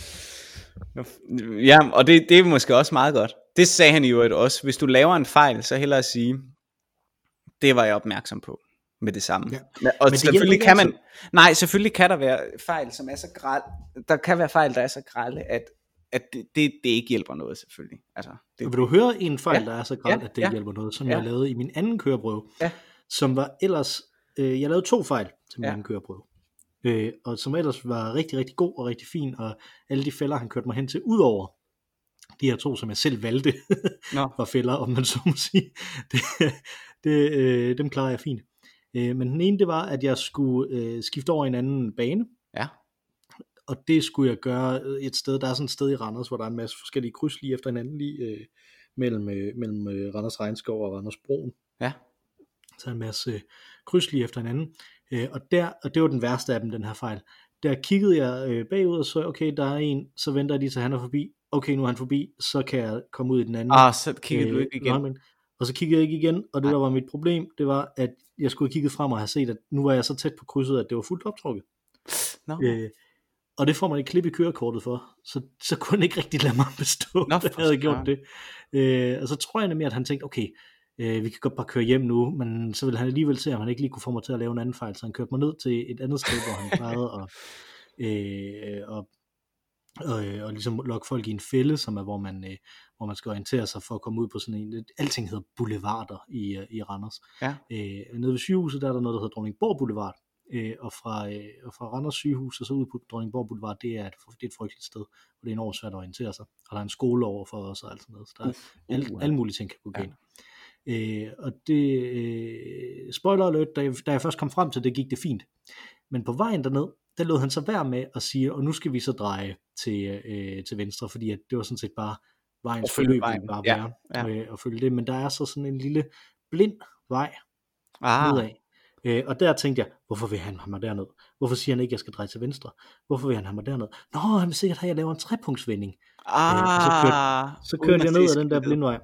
Ja, og det, det er måske også meget godt. Det sagde han jo også. Hvis du laver en fejl, så hellere at sige, det var jeg opmærksom på med det samme. Ja. Og men selvfølgelig kan man, nej, selvfølgelig kan der være fejl, som er så græl, der kan være fejl, der er så grælde, at at det, det, det ikke hjælper noget, selvfølgelig. Altså, det... Vil du høre en fejl, ja. der er så græl, ja. at det ja. ikke hjælper noget, som ja. jeg lavede i min anden køreprøve, ja. som var ellers, øh, jeg lavede to fejl til min ja. anden køreprøve, øh, og som ellers var rigtig, rigtig god og rigtig fin, og alle de fælder, han kørte mig hen til, udover de her to, som jeg selv valgte, no. var fælder, om man så må sige, det, det, øh, dem klarer jeg fint. Øh, men den ene, det var, at jeg skulle øh, skifte over en anden bane, ja. og det skulle jeg gøre et sted, der er sådan et sted i Randers, hvor der er en masse forskellige kryds lige efter hinanden, lige øh, mellem, øh, mellem øh, Randers Regnskov og Randers Broen. Ja. Så en masse øh, kryds lige efter hinanden, øh, og, der, og det var den værste af dem, den her fejl. Der kiggede jeg øh, bagud og så, okay, der er en, så venter de til han er forbi, okay, nu er han forbi, så kan jeg komme ud i den anden. Ah, så kiggede øh, du ikke igen. Ramen. Og så kiggede jeg ikke igen, og det Nej. der var mit problem, det var, at jeg skulle have kigget frem og have set, at nu var jeg så tæt på krydset, at det var fuldt optrukket. No. Øh, og det får man et klip i kørekortet for, så, så kunne han ikke rigtig lade mig bestå, no, at jeg havde gjort det. Øh, og så tror jeg nemlig, at han tænkte, okay, øh, vi kan godt bare køre hjem nu, men så ville han alligevel se, at han ikke lige kunne få mig til at lave en anden fejl, så han kørte mig ned til et andet sted, hvor han plejede at øh, og, og, og ligesom lokke folk i en fælde, som er, hvor man, øh, hvor man skal orientere sig for at komme ud på sådan en, alting hedder boulevarder i, i Randers. Ja. Øh, nede ved sygehuset, der er der noget, der hedder Dronningborg Boulevard, øh, og, fra, øh, og fra Randers sygehus og så ud på Dronningborg Boulevard, det er, et, det er et frygteligt sted, hvor det er enormt svært at orientere sig, og der er en skole over for os og alt sådan noget, så der er uh, alle, uh, alle mulige ting, kan gå galt. Ja. Øh, og det, øh, spoiler alert, da jeg, da jeg først kom frem til det, gik det fint, men på vejen derned, der lod han så være med at sige, og nu skal vi så dreje til, øh, til venstre, fordi at det var sådan set bare vejens forløb, bare ja, ja. Øh, og følge det, men der er så sådan en lille blind vej ah. nedad, øh, og der tænkte jeg, hvorfor vil han have mig derned? Hvorfor siger han ikke, at jeg skal dreje til venstre? Hvorfor vil han have mig derned? Nå, han vil sikkert have, at jeg laver en trepunktsvending. Ah. Øh, og så kørte, så kørte jeg ned ad den der blindvej,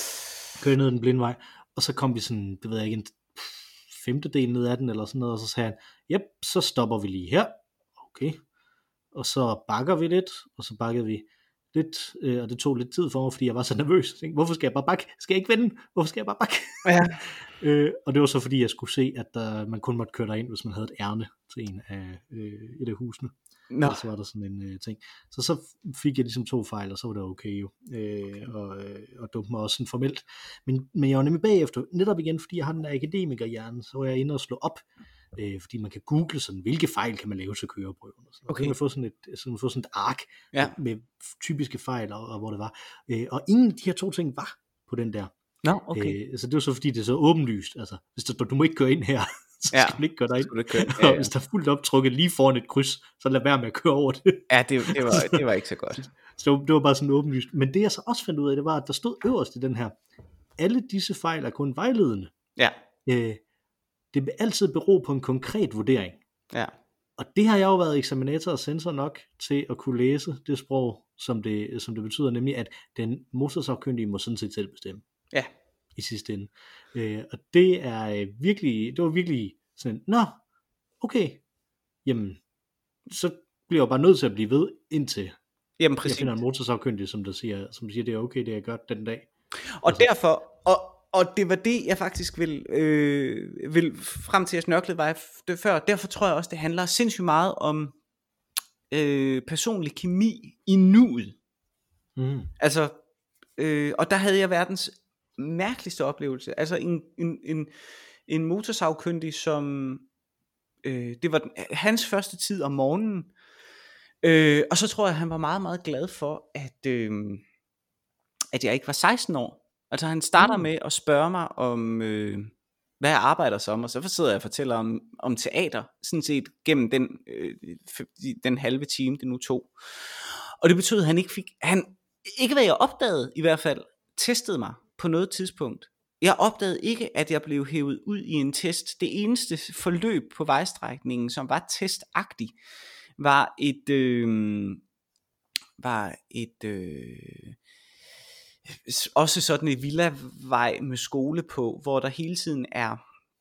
kørte ned ad den blindvej, og så kom vi sådan, det ved jeg ikke, en femtedel ned ad den, eller sådan noget, og så sagde han, jep, så stopper vi lige her. Okay, og så bakker vi lidt, og så bakkede vi lidt, øh, og det tog lidt tid for mig, fordi jeg var så nervøs. Jeg tænkte, hvorfor skal jeg bare bakke? Skal jeg ikke vende? Hvorfor skal jeg bare bakke? Ja. øh, og det var så fordi, jeg skulle se, at der, man kun måtte køre derind, hvis man havde et ærne til en af øh, et af husene. No. Og så var der sådan en øh, ting. Så så fik jeg ligesom to fejl, og så var det okay jo. Øh, og, øh, og dumpede mig også sådan formelt. Men, men jeg var nemlig bagefter, netop igen, fordi jeg har den der akademikerhjerne, så var jeg inde og slå op, øh, fordi man kan google sådan, hvilke fejl kan man lave til køreprøven. Og sådan. Okay. Så kan man få sådan et, sådan, få sådan et ark ja. med typiske fejl, og, og hvor det var. Øh, og ingen af de her to ting var på den der. No, okay. øh, så det var så fordi, det er så åbenlyst. Altså, hvis der, du må ikke køre ind her, så skal ja. du ikke køre derind. Køre. Ja, ja. Og hvis der er fuldt optrukket lige foran et kryds, så lad være med at køre over det. Ja, det, det, var, det var ikke så godt. Så det var, det var bare sådan åbenlyst. Men det jeg så også fandt ud af, det var, at der stod øverst i den her, alle disse fejl er kun vejledende. Ja. Øh, det vil altid bero på en konkret vurdering. Ja. Og det har jeg jo været eksaminator og censor nok til at kunne læse det sprog, som det, som det betyder, nemlig at den motorsagkyndige må sådan set selv bestemme. Ja. I sidste ende. Øh, og det er virkelig, det var virkelig sådan, nå, okay, jamen, så bliver jeg bare nødt til at blive ved, indtil jamen, præcis. Jeg finder en motorsagkyndig, som der siger, som siger, det er okay, det jeg gør den dag. Og altså. derfor, og, og det var det, jeg faktisk vil, øh, vil frem til at snørklede var det før, derfor tror jeg også, det handler sindssygt meget om øh, personlig kemi i nuet. Mm. Altså, øh, og der havde jeg verdens mærkeligste oplevelse. Altså en, en, en en motorsagkyndig, som øh, det var den, hans første tid om morgenen. Øh, og så tror jeg, han var meget, meget glad for, at, øh, at jeg ikke var seksten år. Altså han starter mm. med at spørge mig om, øh, hvad jeg arbejder som, og så sidder jeg og fortæller om, om teater, sådan set gennem den, øh, den halve time, det nu tog. Og det betød, at han ikke fik, han, ikke hvad jeg opdagede i hvert fald, testede mig på noget tidspunkt. Jeg opdagede ikke, at jeg blev hævet ud i en test. Det eneste forløb på vejstrækningen, som var testagtig, var et, øh, var et, øh, også sådan et villavej med skole på, hvor der hele tiden er,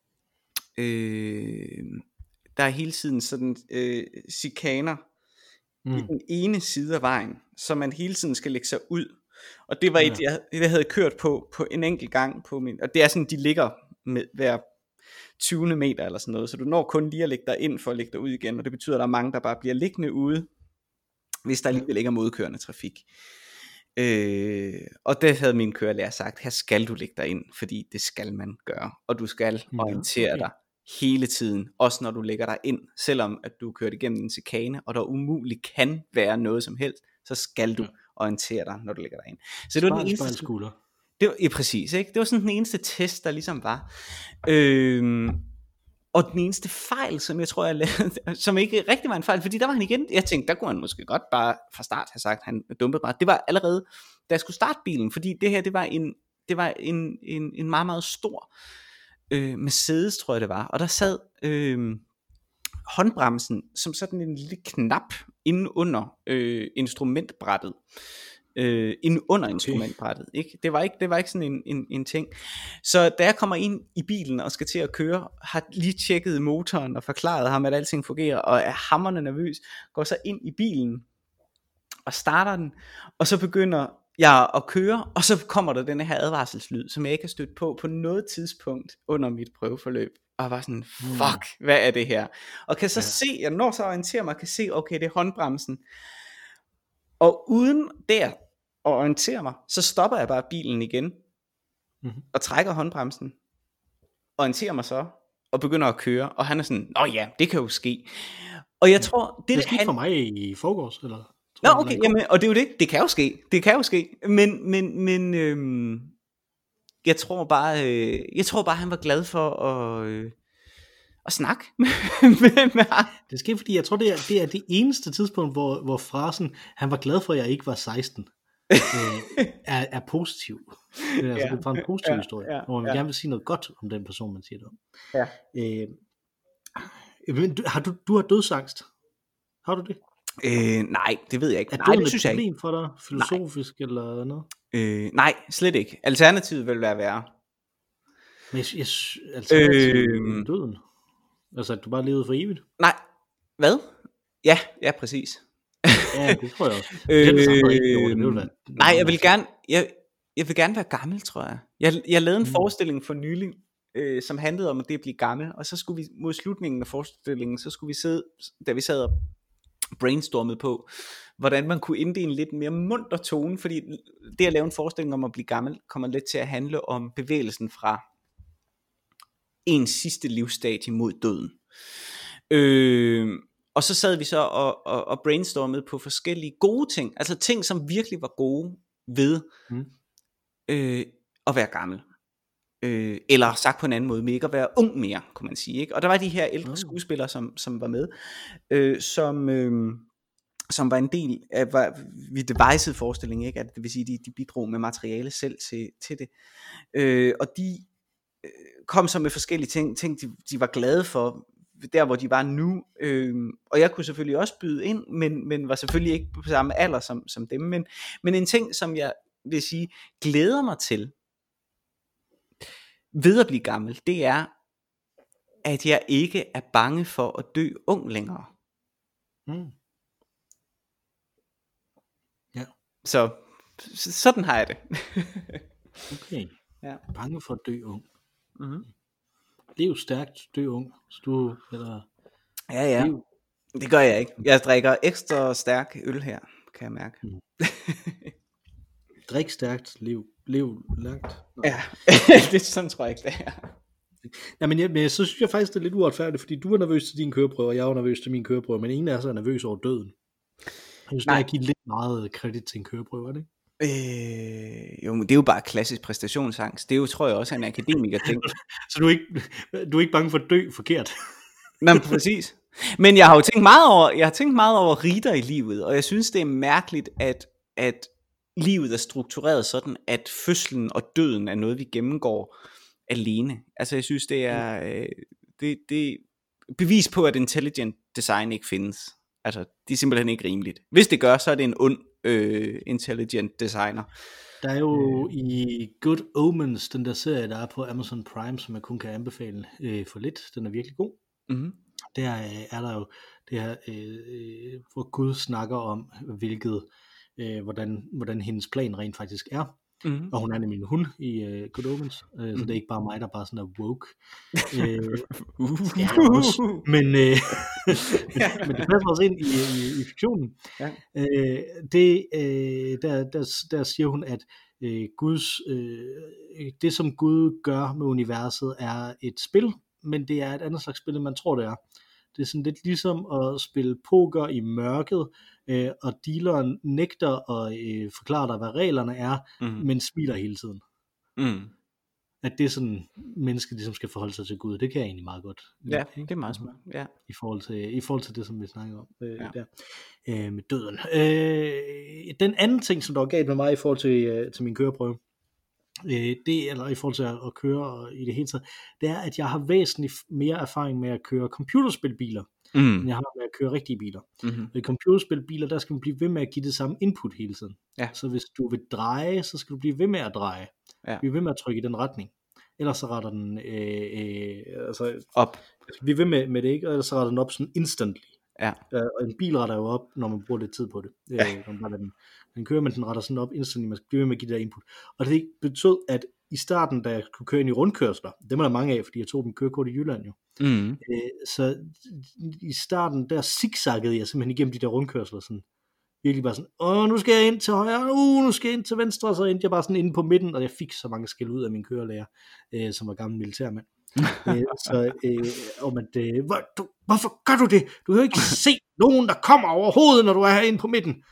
øh, der er hele tiden sådan øh, chikaner mm. i den ene side af vejen, så man hele tiden skal lægge sig ud. Og det var et, jeg, jeg havde kørt på på en enkelt gang på min, og det er sådan, de ligger med hver tyve meter eller sådan noget, så du når kun lige at lægge dig ind for at lægge dig ud igen, og det betyder, at der er mange, der bare bliver liggende ude, hvis der alligevel ikke er modkørende trafik. Øh, og det havde min kørelærer sagt, her skal du lægge dig ind, fordi det skal man gøre, og du skal orientere ja, okay. dig hele tiden, også når du lægger dig ind, selvom at du kørt igennem en chikane, og der umuligt kan være noget som helst, så skal du orientere dig, når du lægger dig ind. Så det var den eneste skulder. Det var ja, præcis, ikke? Det var sådan den eneste test, der ligesom var. Øhm, og den eneste fejl, som jeg tror jeg lavede, som ikke rigtig var en fejl, fordi der var han igen. Jeg tænkte, der kunne han måske godt bare fra start have sagt, han dumpede mig. Det var allerede, da jeg skulle starte bilen, fordi det her, det var en, det var en, en, en meget meget stor øh, Mercedes, tror jeg det var, og der sad øh, håndbremsen som sådan en lille knap inde under øh, instrumentbrættet. Øh, inde under okay. instrumentbrættet, ikke? Det var ikke, det var ikke sådan en, en, en ting. Så da jeg kommer ind i bilen og skal til at køre, har lige tjekket motoren og forklaret ham, at alting fungerer, og er hamrende nervøs, går så ind i bilen og starter den, og så begynder jeg at køre, og så kommer der denne her advarselslyd, som jeg ikke har stødt på på noget tidspunkt under mit prøveforløb, og jeg var sådan, fuck, hvad er det her? Og kan så ja. se, jeg når så orienterer mig, kan se, okay, det er håndbremsen. Og uden der at orientere mig, så stopper jeg bare bilen igen, mm-hmm. og trækker håndbremsen, orienterer mig så, og begynder at køre, og han er sådan, nå ja, det kan jo ske. Og jeg ja. tror, det, det skete han... for mig i forgårs, eller? Nå okay, jamen, og det er jo det, det kan jo ske, det kan jo ske, men, men, men øhm, jeg tror bare, øh, jeg tror bare, han var glad for at... Øh, at snakke med, med ham. Det sker, fordi jeg tror, det er, det er det eneste tidspunkt, hvor, hvor frasen, han var glad for, at jeg ikke var seksten, øh, er, er positiv. Det er, altså, ja, det er en positiv ja, historie, ja, hvor man ja. gerne vil sige noget godt om den person, man siger det om. Ja. Øh, men, har du, du har dødsangst? Har du det? Øh, nej, det ved jeg ikke. Er nej, det et problem for dig, filosofisk nej. eller noget? Øh, nej, slet ikke. Alternativet vil være værre. Men jeg, jeg, alternativet øh, døden? Altså, at du bare levede for evigt? Nej, hvad? Ja, ja, præcis. Ja, det tror jeg også. øh, det det ikke, jo, det vil være, det nej, jeg vil gerne, jeg, jeg vil gerne være gammel, tror jeg. Jeg, jeg lavede en mm. forestilling for nylig, øh, som handlede om, at det at blive gammel, og så skulle vi, mod slutningen af forestillingen, så skulle vi sidde, da vi sad og brainstormede på, hvordan man kunne inddele en lidt mere munter tone, fordi det at lave en forestilling om at blive gammel, kommer lidt til at handle om bevægelsen fra en sidste livsstadie mod døden. Øh, og så sad vi så og, og, og brainstormede på forskellige gode ting, altså ting som virkelig var gode ved mm. øh, at være gammel. Øh, eller sagt på en anden måde, med ikke at være ung mere, kunne man sige, ikke? Og der var de her ældre skuespillere, som, som var med, øh, som, øh, som var en del af, var, vi devisede forestillingen, ikke? At det vil sige, de, de bidrog med materiale selv til, til det. Øh, og de kom så med forskellige ting, ting de, de var glade for, der hvor de var nu, øh, og jeg kunne selvfølgelig også byde ind, men, men var selvfølgelig ikke på samme alder som, som dem, men, men en ting, som jeg vil sige, glæder mig til, ved at blive gammel, det er, at jeg ikke er bange for at dø ung længere. Mm. Ja. Så, sådan har jeg det. Okay. Ja. Bange for at dø ung. Mm-hmm. Lev stærkt, dø ung. Du, eller... Ja, ja. Lev. Det gør jeg ikke. Jeg drikker ekstra stærk øl her, kan jeg mærke. Mm. Drik stærkt, lev, lev langt. Ja, det sådan tror jeg ikke det er. Ja, men, jeg, men så synes jeg faktisk, det er lidt uretfærdigt, fordi du er nervøs til din køreprøve, og jeg er nervøs til min køreprøve, men ingen af os er nervøs over døden. Jeg synes, Nej. Jeg giver lidt meget kredit til en køreprøve, er det ikke? Øh, jo, men det er jo bare klassisk præstationsangst. Det er jo, tror jeg, også en akademiker ting. Så du er, ikke, du er ikke bange for at dø forkert? Nej, præcis. Men jeg har jo tænkt meget over, jeg har tænkt meget over ritter i livet, og jeg synes, det er mærkeligt, at, at livet er struktureret sådan, at fødslen og døden er noget, vi gennemgår alene. Altså, jeg synes, det er øh, det, det bevis på, at intelligent design ikke findes. Altså, det er simpelthen ikke rimeligt. Hvis det gør, så er det en ond øh, intelligent designer. Der er jo øh. i Good Omens, den der serie, der er på Amazon Prime, som jeg kun kan anbefale øh, for lidt. Den er virkelig god. Mm-hmm. Der øh, er der jo det her, øh, hvor Gud snakker om, hvilket, øh, hvordan, hvordan hendes plan rent faktisk er. Mm-hmm. Og hun er nemlig en hund i uh, Good Omens, uh, mm-hmm. så det er ikke bare mig, der bare sådan er woke. uh, uh. Ja, også. Men, uh, men det passer også ind i, i, i fiktionen. Ja. Uh, det, uh, der, der, der siger hun, at uh, Guds, uh, det som Gud gør med universet er et spil, men det er et andet slags spil, end man tror det er. Det er sådan lidt ligesom at spille poker i mørket, øh, og dealeren nægter at øh, forklare dig, hvad reglerne er, mm. men smiler hele tiden. Mm. At det er sådan, mennesket ligesom skal forholde sig til Gud. Det kan jeg egentlig meget godt. Ja, det er meget smart. Ja. I forhold til, i forhold til det, som vi snakker om øh, ja. der, øh, med døden. Øh, den anden ting, som der var galt med mig i forhold til, øh, til min køreprøve, øh, det, eller i forhold til at, at køre i det hele taget, det er, at jeg har væsentligt mere erfaring med at køre computerspilbiler, mm. end jeg har med at køre rigtige biler. Mm-hmm. I computerspilbiler, der skal man blive ved med at give det samme input hele tiden. Ja. Så hvis du vil dreje, så skal du blive ved med at dreje. Ja. Blive ved med at trykke i den retning. Ellers så retter den øh, øh, altså, op. Blive ved med, med det, ikke? Ellers så retter den op sådan instantly. Ja. Uh, og en bil retter jo op, når man bruger lidt tid på det. Ja. Uh, når den, den kører, men den retter sådan op instantly. Man skal blive ved med at give det der input. Og det betød, at i starten, da jeg kunne køre ind i rundkørsler, dem er der mange af, fordi jeg tog dem kørekort i Jylland jo. Mm. Uh, så i starten, der zigzaggede jeg simpelthen igennem de der rundkørsler, sådan virkelig bare sådan, åh, nu skal jeg ind til højre, uh, nu skal jeg ind til venstre, og så endte jeg bare sådan inde på midten, og jeg fik så mange skæld ud af min kørelærer, øh, som var gammel militærmand. øh, så, øh, og man, det, hvor, du, hvorfor gør du det? Du kan ikke se nogen, der kommer overhovedet, når du er herinde på midten.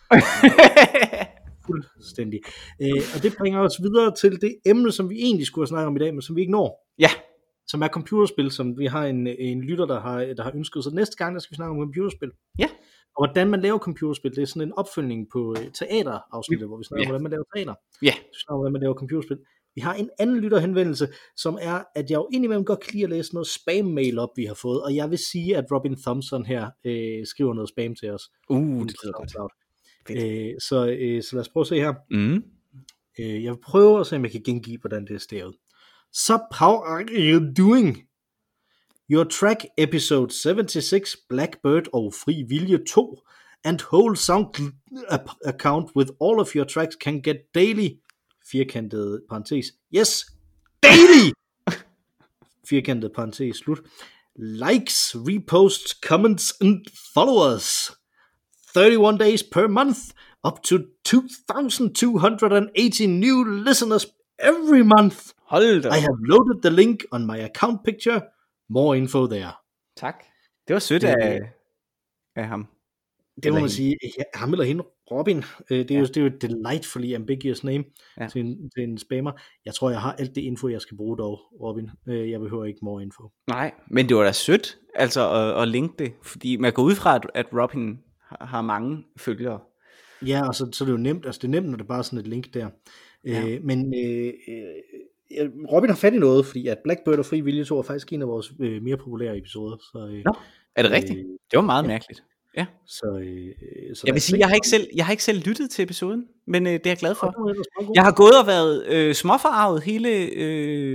Fuldstændig. Øh, og det bringer os videre til det emne, som vi egentlig skulle have snakket om i dag, men som vi ikke når. Ja. Som er computerspil, som vi har en, en lytter, der har, der har ønsket. Så næste gang, der skal vi snakke om computerspil. Ja. Og hvordan man laver computerspil, det er sådan en opfølgning på teaterafsnittet, hvor vi snakker om, yeah. hvordan man laver teater. Ja. Yeah. Vi snakker om, hvordan man laver computerspil. Vi har en anden lytterhenvendelse, som er, at jeg jo indimellem godt kan lide at læse noget spam-mail op, vi har fået. Og jeg vil sige, at Robin Thompson her øh, skriver noget spam til os. Uh, det lyder godt. Øh, så, øh, så lad os prøve at se her. Mm. Øh, jeg vil prøve at se, om jeg kan gengive, hvordan det er stavet. Sup, how are you doing? Your track episode seventy-six, Blackbird og Fri Vilje to, and whole sound account with all of your tracks can get daily, firkantet parentes, yes, daily, firkantet parentes, slut, likes, reposts, comments, and followers, thirty-one days per month, up to two thousand two hundred eighty new listeners every month. Hold da. I have loaded the link on my account picture. More info there. Tak. Det var sødt af, af ham. Det må man sige. Ja, ham eller hende, Robin. Det er, ja. jo, det er jo et delightfully ambiguous name ja. til, en, til en spammer. Jeg tror, jeg har alt det info, jeg skal bruge dog, Robin. Jeg behøver ikke more info. Nej, men det var da sødt altså at, at linke det. Fordi man går ud fra, at Robin har mange følgere. Ja, og så, så er det jo nemt. Altså det er nemt, når det er bare sådan et link der. Ja. Øh, men... Øh, Robin har fat i noget, fordi at Blackbird og Fri Vilje to er faktisk en af vores øh, mere populære episoder. Så, øh, Nå, er det rigtigt? Øh, det var meget ja. mærkeligt. Ja. Så, øh, så jeg vil sige, jeg har ikke selv, jeg har ikke selv lyttet til episoden, men øh, det er jeg glad for. Jeg har gået og været øh, småforarvet hele øh,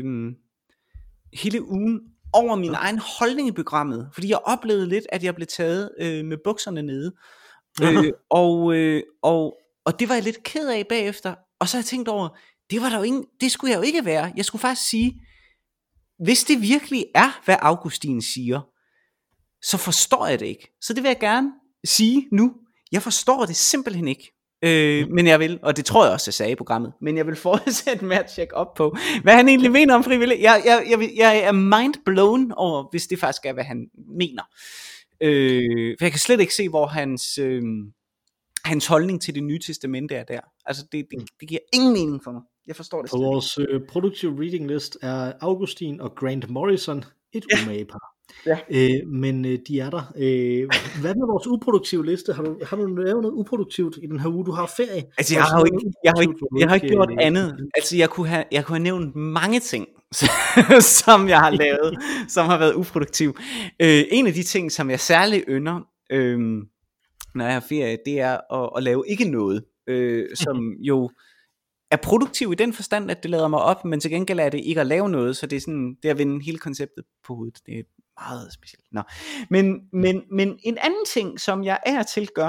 hele ugen over min ja. egen holdning i programmet, fordi jeg oplevede lidt, at jeg blev taget øh, med bukserne nede, øh, og øh, og og det var jeg lidt ked af bagefter. Og så har jeg tænkt over, det var der jo ingen, det skulle jeg jo ikke være. Jeg skulle faktisk sige, hvis det virkelig er, hvad Augustin siger, så forstår jeg det ikke. Så det vil jeg gerne sige nu. Jeg forstår det simpelthen ikke. Øh, men jeg vil, og det tror jeg også, jeg sagde i programmet, men jeg vil fortsætte med at tjekke op på, hvad han egentlig mener om frivillig. Jeg, jeg, jeg, jeg er mind blown over, hvis det faktisk er, hvad han mener. Øh, for jeg kan slet ikke se, hvor hans, øh, hans holdning til det nye testamente er der. Altså, det, det, det giver ingen mening for mig. Jeg forstår det på vores øh, produktive reading list er Augustin og Grant Morrison et ja. umage par. Ja. Øh, men øh, de er der. Øh, hvad med vores uproduktive liste? Har du, har du lavet noget uproduktivt i den her uge? Du har ferie. Altså, jeg har jo ikke, jeg har ikke, jeg har ikke gjort andet. Altså, jeg kunne have, jeg kunne have nævnt mange ting, som jeg har lavet, som har været uproduktiv. Øh, en af de ting, som jeg særligt ynder, øh, når jeg har ferie, det er at, at lave ikke noget, øh, som jo er produktiv i den forstand, at det lader mig op, men til gengæld er det ikke at lave noget, så det er sådan, det er at vende hele konceptet på hovedet. Det er meget specielt. Nå. Men, men, men en anden ting, som jeg er til gør,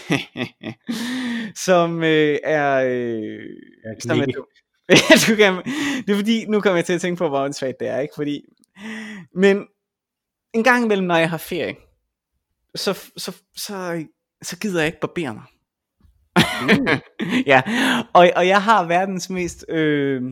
som øh, er, øh, som er du, du kan, det er fordi, nu kommer jeg til at tænke på, hvor åndssvagt det er, ikke? Fordi, men en gang imellem, når jeg har ferie, så, så, så, så gider jeg ikke barbere mig. Mm. Ja, og, og jeg har verdens mest øh,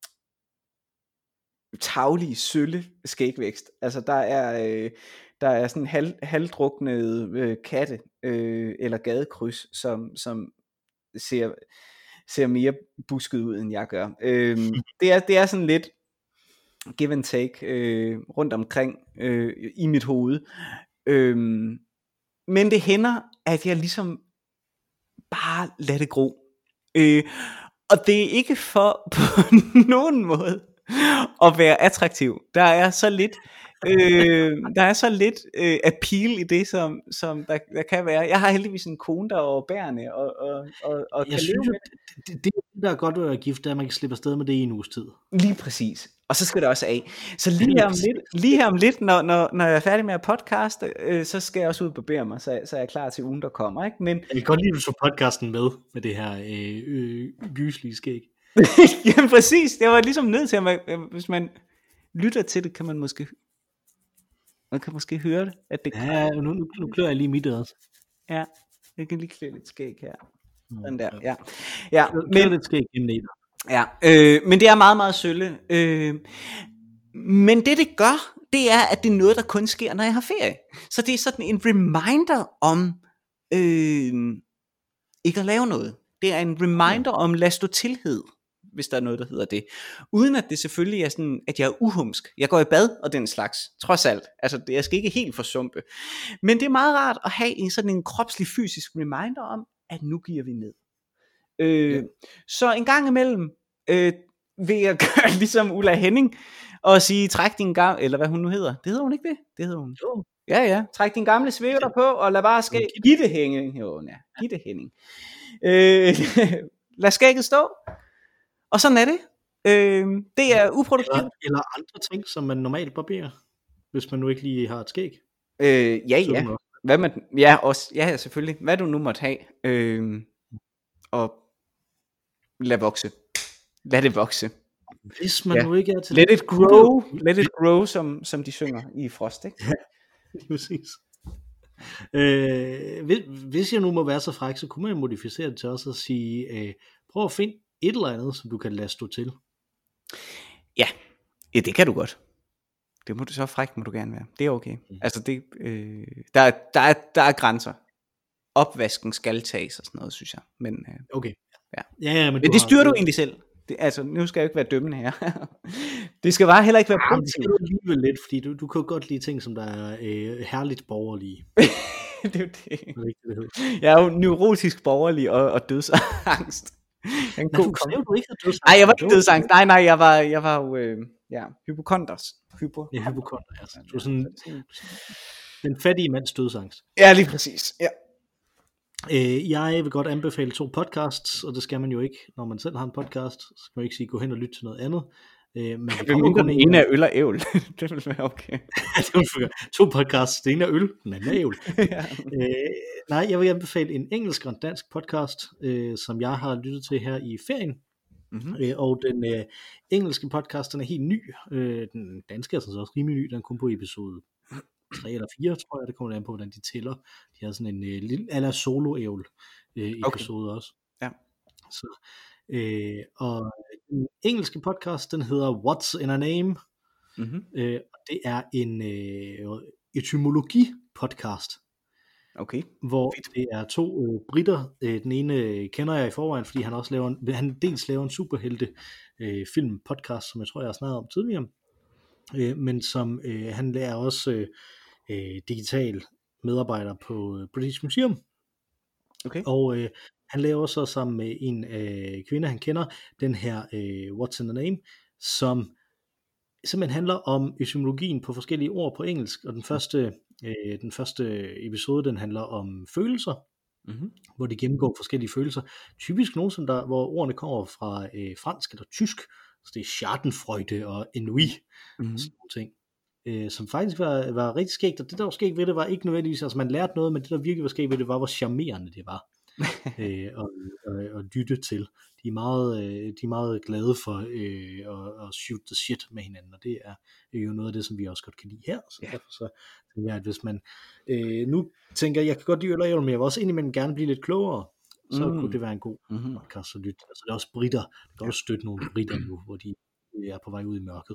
taglige, sølle skægvækst. Altså der er øh, der er sådan halv, halvdruknede øh, katte øh, eller gadekryds, som som ser ser mere busket ud end jeg gør. Øh, det er det er sådan lidt give and take øh, rundt omkring øh, i mit hoved. Øh, men det hænder, at jeg ligesom bare lad det gro. Øh, og det er ikke for på nogen måde at være attraktiv. Der er så lidt, øh, der er så lidt øh, appeal i det, som, som der, der kan være. Jeg har heldigvis en kone, der er overbærende og, og, og, og kan synes, leve med det. Det, det, der er godt ved at være gift, er, at man kan slippe afsted med det i en uges tid. Lige præcis. Og så skal det også af. Så lige her om lidt, lige her om lidt når, når, når jeg er færdig med at podcaste, øh, så skal jeg også ud og barbere mig, så, så er jeg klar til ugen, der kommer. Ikke? Men jeg kan godt lide, at du tog podcasten med, med det her øh, øh, gyslige skæg. Jamen præcis, det var ligesom nødt til, at man, hvis man lytter til det, kan man måske man kan måske høre det. At det ja, nu, nu, nu klør jeg lige mit også. Ja, jeg kan lige kløre lidt skæg her. Sådan der, ja. Ja, men lidt skæg gennem det. Ja, øh, men det er meget, meget sølle. Øh, men det, det gør, det er, at det er noget, der kun sker, når jeg har ferie. Så det er sådan en reminder om øh, ikke at lave noget. Det er en reminder om lad stå tilhed, hvis der er noget, der hedder det. Uden at det selvfølgelig er sådan, at jeg er uhumsk. Jeg går i bad og den slags, trods alt. Altså, det, jeg skal ikke helt forsumpe. Men det er meget rart at have en sådan en kropslig, fysisk reminder om, at nu giver vi ned. Øh, ja. Så en gang imellem øh, vil jeg gøre ligesom Ulla Henning og sige, træk din gamle, eller hvad hun nu hedder. Det hedder hun ikke det? Det hedder hun. Jo. Ja, ja. Træk din gamle svæver på, og lad bare skæg. Giv det Henning. Jo, ja. Giv det Henning. Øh, lad skægget stå. Og sådan er det. Øh, det er uproduktivt. Eller, eller andre ting, som man normalt barberer, hvis man nu ikke lige har et skæg. Øh, ja, ja. Hvad man, ja, også, ja, selvfølgelig. Hvad du nu måtte have. Øh, og lad vokse. Lad det vokse. Hvis man ja. nu ikke er til let it grow, let it grow, som, som de synger i Frost, ikke? Ja, præcis. Øh, hvis, hvis jeg nu må være så fræk, så kunne man modificere det til også at sige, øh, prøv at finde et eller andet, som du kan lade stå til. Ja, ja det kan du godt. Det må du så fræk, må du gerne være. Det er okay. Mm. Altså det, øh, der, er, der, er, der er grænser. Opvasken skal tages og sådan noget, synes jeg. Men, øh, okay. Ja. Ja, ja, men, men det styrer har... du egentlig selv. Det, altså, nu skal jeg jo ikke være dømmende her. Det skal bare heller ikke være produktivt. Ja, det skal du alligevel lidt, fordi du, du kan jo godt lide ting, som der er øh, herligt borgerlige. Det er jo det. det jeg er jo neurotisk borgerlig og, og dødsangst. Nej, du sagde du ikke dødsangst. Nej, jeg var ikke dødsangst. Nej, nej, jeg var, jeg var jo øh, ja, hypokonders. Hypo. Ja, hypokonders. Altså. Du er sådan den fattige mands dødsangst. Ja, lige præcis. Ja. Øh, jeg vil godt anbefale to podcasts, og det skal man jo ikke, når man selv har en podcast. Så skal man ikke sige, gå hen og lytte til noget andet. Øh, men det er den ene af øl og ævl. Det vil være okay. To podcasts, det ene er øl, den anden er ævl. Ja. øh, nej, jeg vil anbefale en engelsk og en dansk podcast, øh, som jeg har lyttet til her i ferien. Mm-hmm. Øh, og den øh, engelske podcast, den er helt ny. Øh, den danske er så også rimelig ny, den kom på episode tre eller fire, tror jeg, det kommer an på, hvordan de tæller. De har sådan en øh, lille, eller solo-ævl øh, episode okay. også. Ja. Så, øh, og den engelske podcast, den hedder What's in a Name, mm-hmm. øh, og det er en øh, etymologi-podcast. Okay. Hvor det er to øh, britter. Øh, den ene øh, kender jeg i forvejen, fordi han også laver en, han dels laver en superhelte øh, film podcast, som jeg tror jeg har snakket om tidligere, øh, men som øh, han er også øh, øh, digital medarbejder på British Museum. Okay. Og øh, han laver så sammen med en øh, kvinde han kender den her øh, What's in a Name, som simpelthen handler om etymologien på forskellige ord på engelsk, og den første øh, den første episode, den handler om følelser, mm-hmm. hvor de gennemgår forskellige følelser, typisk nogle som der, hvor ordene kommer fra øh, fransk eller tysk, så det er Schadenfreude og ennui, mm-hmm. og sådan nogle ting, øh, som faktisk var, var rigtig skægt, og det der var skægt ved det var ikke nødvendigvis, altså man lærte noget, men det der virkelig var skægt ved det var, hvor charmerende det var. øh, og, og, og lytte til. De er meget, øh, de er meget glade for øh, at, at shoot the shit med hinanden, og det er jo noget af det, som vi også godt kan lide her. Så ja. Derfor så tænker jeg, at hvis man øh, nu tænker, jeg kan godt lide øl og ævl, men jeg vil også indimellem gerne blive lidt klogere, så mm. kunne det være en god mm-hmm. podcast at lytte. Altså det er også britter, det kan også støtte nogle britter nu, hvor de er på vej ud i mørket.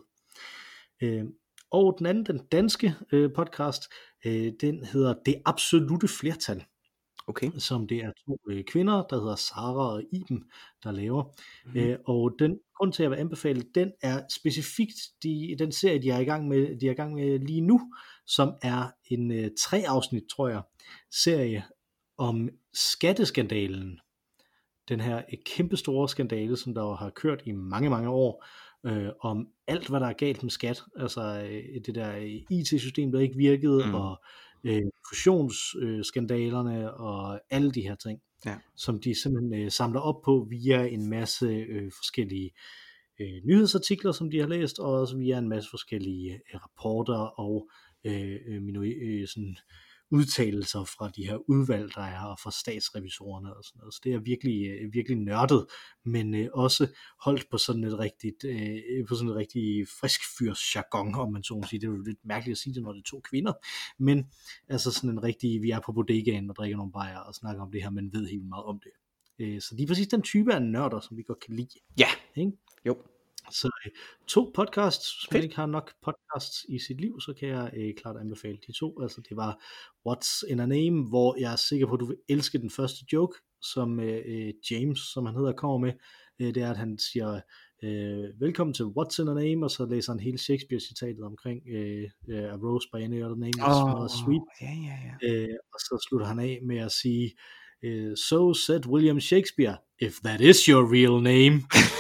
Øh, og den anden, den danske øh, podcast, øh, den hedder Det Absolute Flertal. Okay. Som det er to øh, kvinder, der hedder Sara og Iben, der laver. Mm. Øh, og den grund til, at jeg vil anbefale, den er specifikt de, den serie, de er i gang med, de er i gang med lige nu, som er en øh, tre afsnit, tror jeg, serie om skatteskandalen. Den her øh, kæmpe store skandale, som der har kørt i mange, mange år, øh, om alt, hvad der er galt med skat. Altså øh, det der I T-system, der ikke virkede, mm. og øh, fusionsskandalerne øh, og alle de her ting, ja. Som de simpelthen øh, samler op på via en masse øh, forskellige øh, nyhedsartikler, som de har læst, og også via en masse forskellige øh, rapporter og øh, minori- øh, sådan udtalelser fra de her udvalg, der er, og fra statsrevisorerne og sådan noget. Så det er virkelig, øh, virkelig nørdet, men øh, også holdt på sådan et rigtigt, øh, på sådan et rigtig friskfyrsjargon, om man så må sige. Det er jo lidt mærkeligt at sige det, når det er to kvinder, men altså sådan en rigtig, vi er på bodegaen og drikker nogle bajer og snakker om det her, men ved helt meget om det. Øh, så det er præcis den type af nørder, som vi godt kan lide. Ja, ikke? Jo. Så øh, to podcasts, hvis man ikke har nok podcasts i sit liv, så kan jeg øh, klart anbefale de to. Altså det var What's in a Name, hvor jeg er sikker på, at du vil elske den første joke, som øh, James, som han hedder, kommer med. Øh, det er, at han siger, øh, velkommen til What's in a Name, og så læser han hele Shakespeare-citatet omkring øh, A Rose by Any Other Name is oh, Sweet. Yeah, yeah, yeah. Øh, og så slutter han af med at sige, øh, so said William Shakespeare, if that is your real name.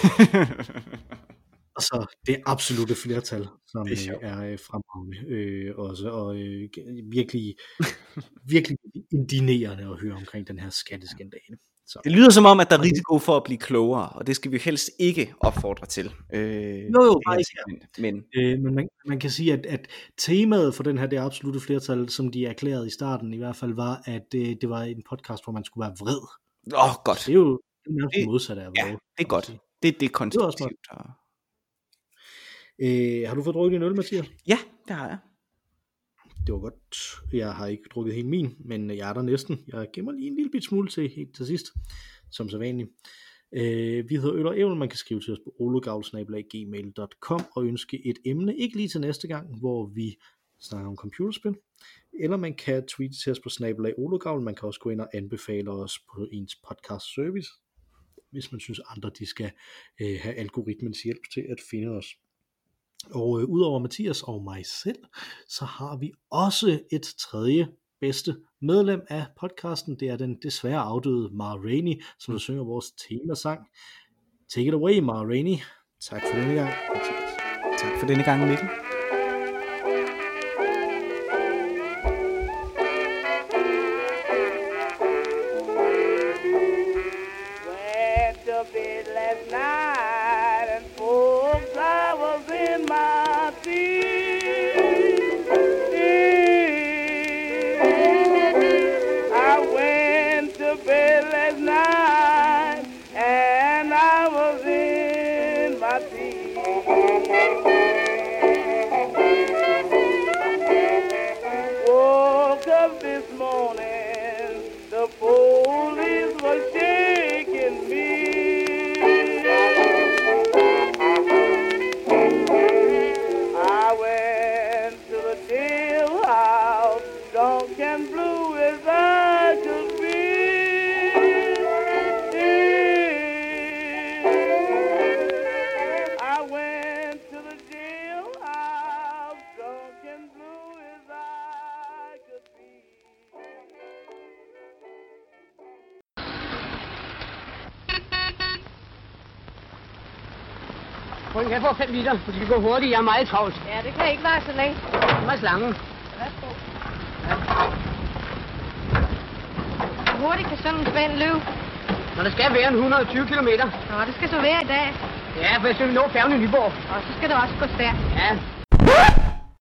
Og så det absolutte flertal, som er, er øh, fremragende øh, også, og øh, virkelig, virkelig indinerende at høre omkring den her skatteskandale. Så. Det lyder som om, at der er risiko for at blive klogere, og det skal vi helst ikke opfordre til. Øh, jo, jo, bare ikke. Men, øh, men man, man kan sige, at, at temaet for den her, det absolute flertal, som de erklærede i starten i hvert fald, var, at det, det var en podcast, hvor man skulle være vred. Åh, oh, godt. Det er jo det modsatte af vred. Ja, det er godt. Det, det er konstruktivt. Øh, har du fået drukket en øl, Mathias? Ja, det har jeg. Det var godt. Jeg har ikke drukket helt min, men jeg er der næsten. Jeg gemmer lige en lille bit smule til helt til sidst, som så vanligt. Øh, vi hedder Øl og Ævl. Man kan skrive til os på ologavl snabel-a gmail punktum com og ønske et emne, ikke lige til næste gang, hvor vi snakker om computerspil. Eller man kan tweete til os på snabel-a ologavl. Man kan også gå ind og anbefale os på ens podcast service, hvis man synes andre de skal øh, have algoritmens hjælp til at finde os. Og øh, udover Mathias og mig selv, så har vi også et tredje bedste medlem af podcasten. Det er den desværre afdøde Ma Rainey, som der synger vores temasang. Take it away, Ma Rainey. Tak for denne gang, Mathias. Tak for denne gang, Mikkel. Woke up this morning, the police were Frøken, kan jeg få fem liter? Du skal gå hurtigt, jeg er meget travlt. Ja, det kan ikke være så længe. Det var slangen. Værsgo. Hvor hurtigt kan sådan en spænd løbe? Når det skal være en et hundrede og tyve kilometer. Nå, det skal så være i dag. Ja, for jeg skal nå færgen i Nyborg. Og så skal det også gå stærkt. Ja.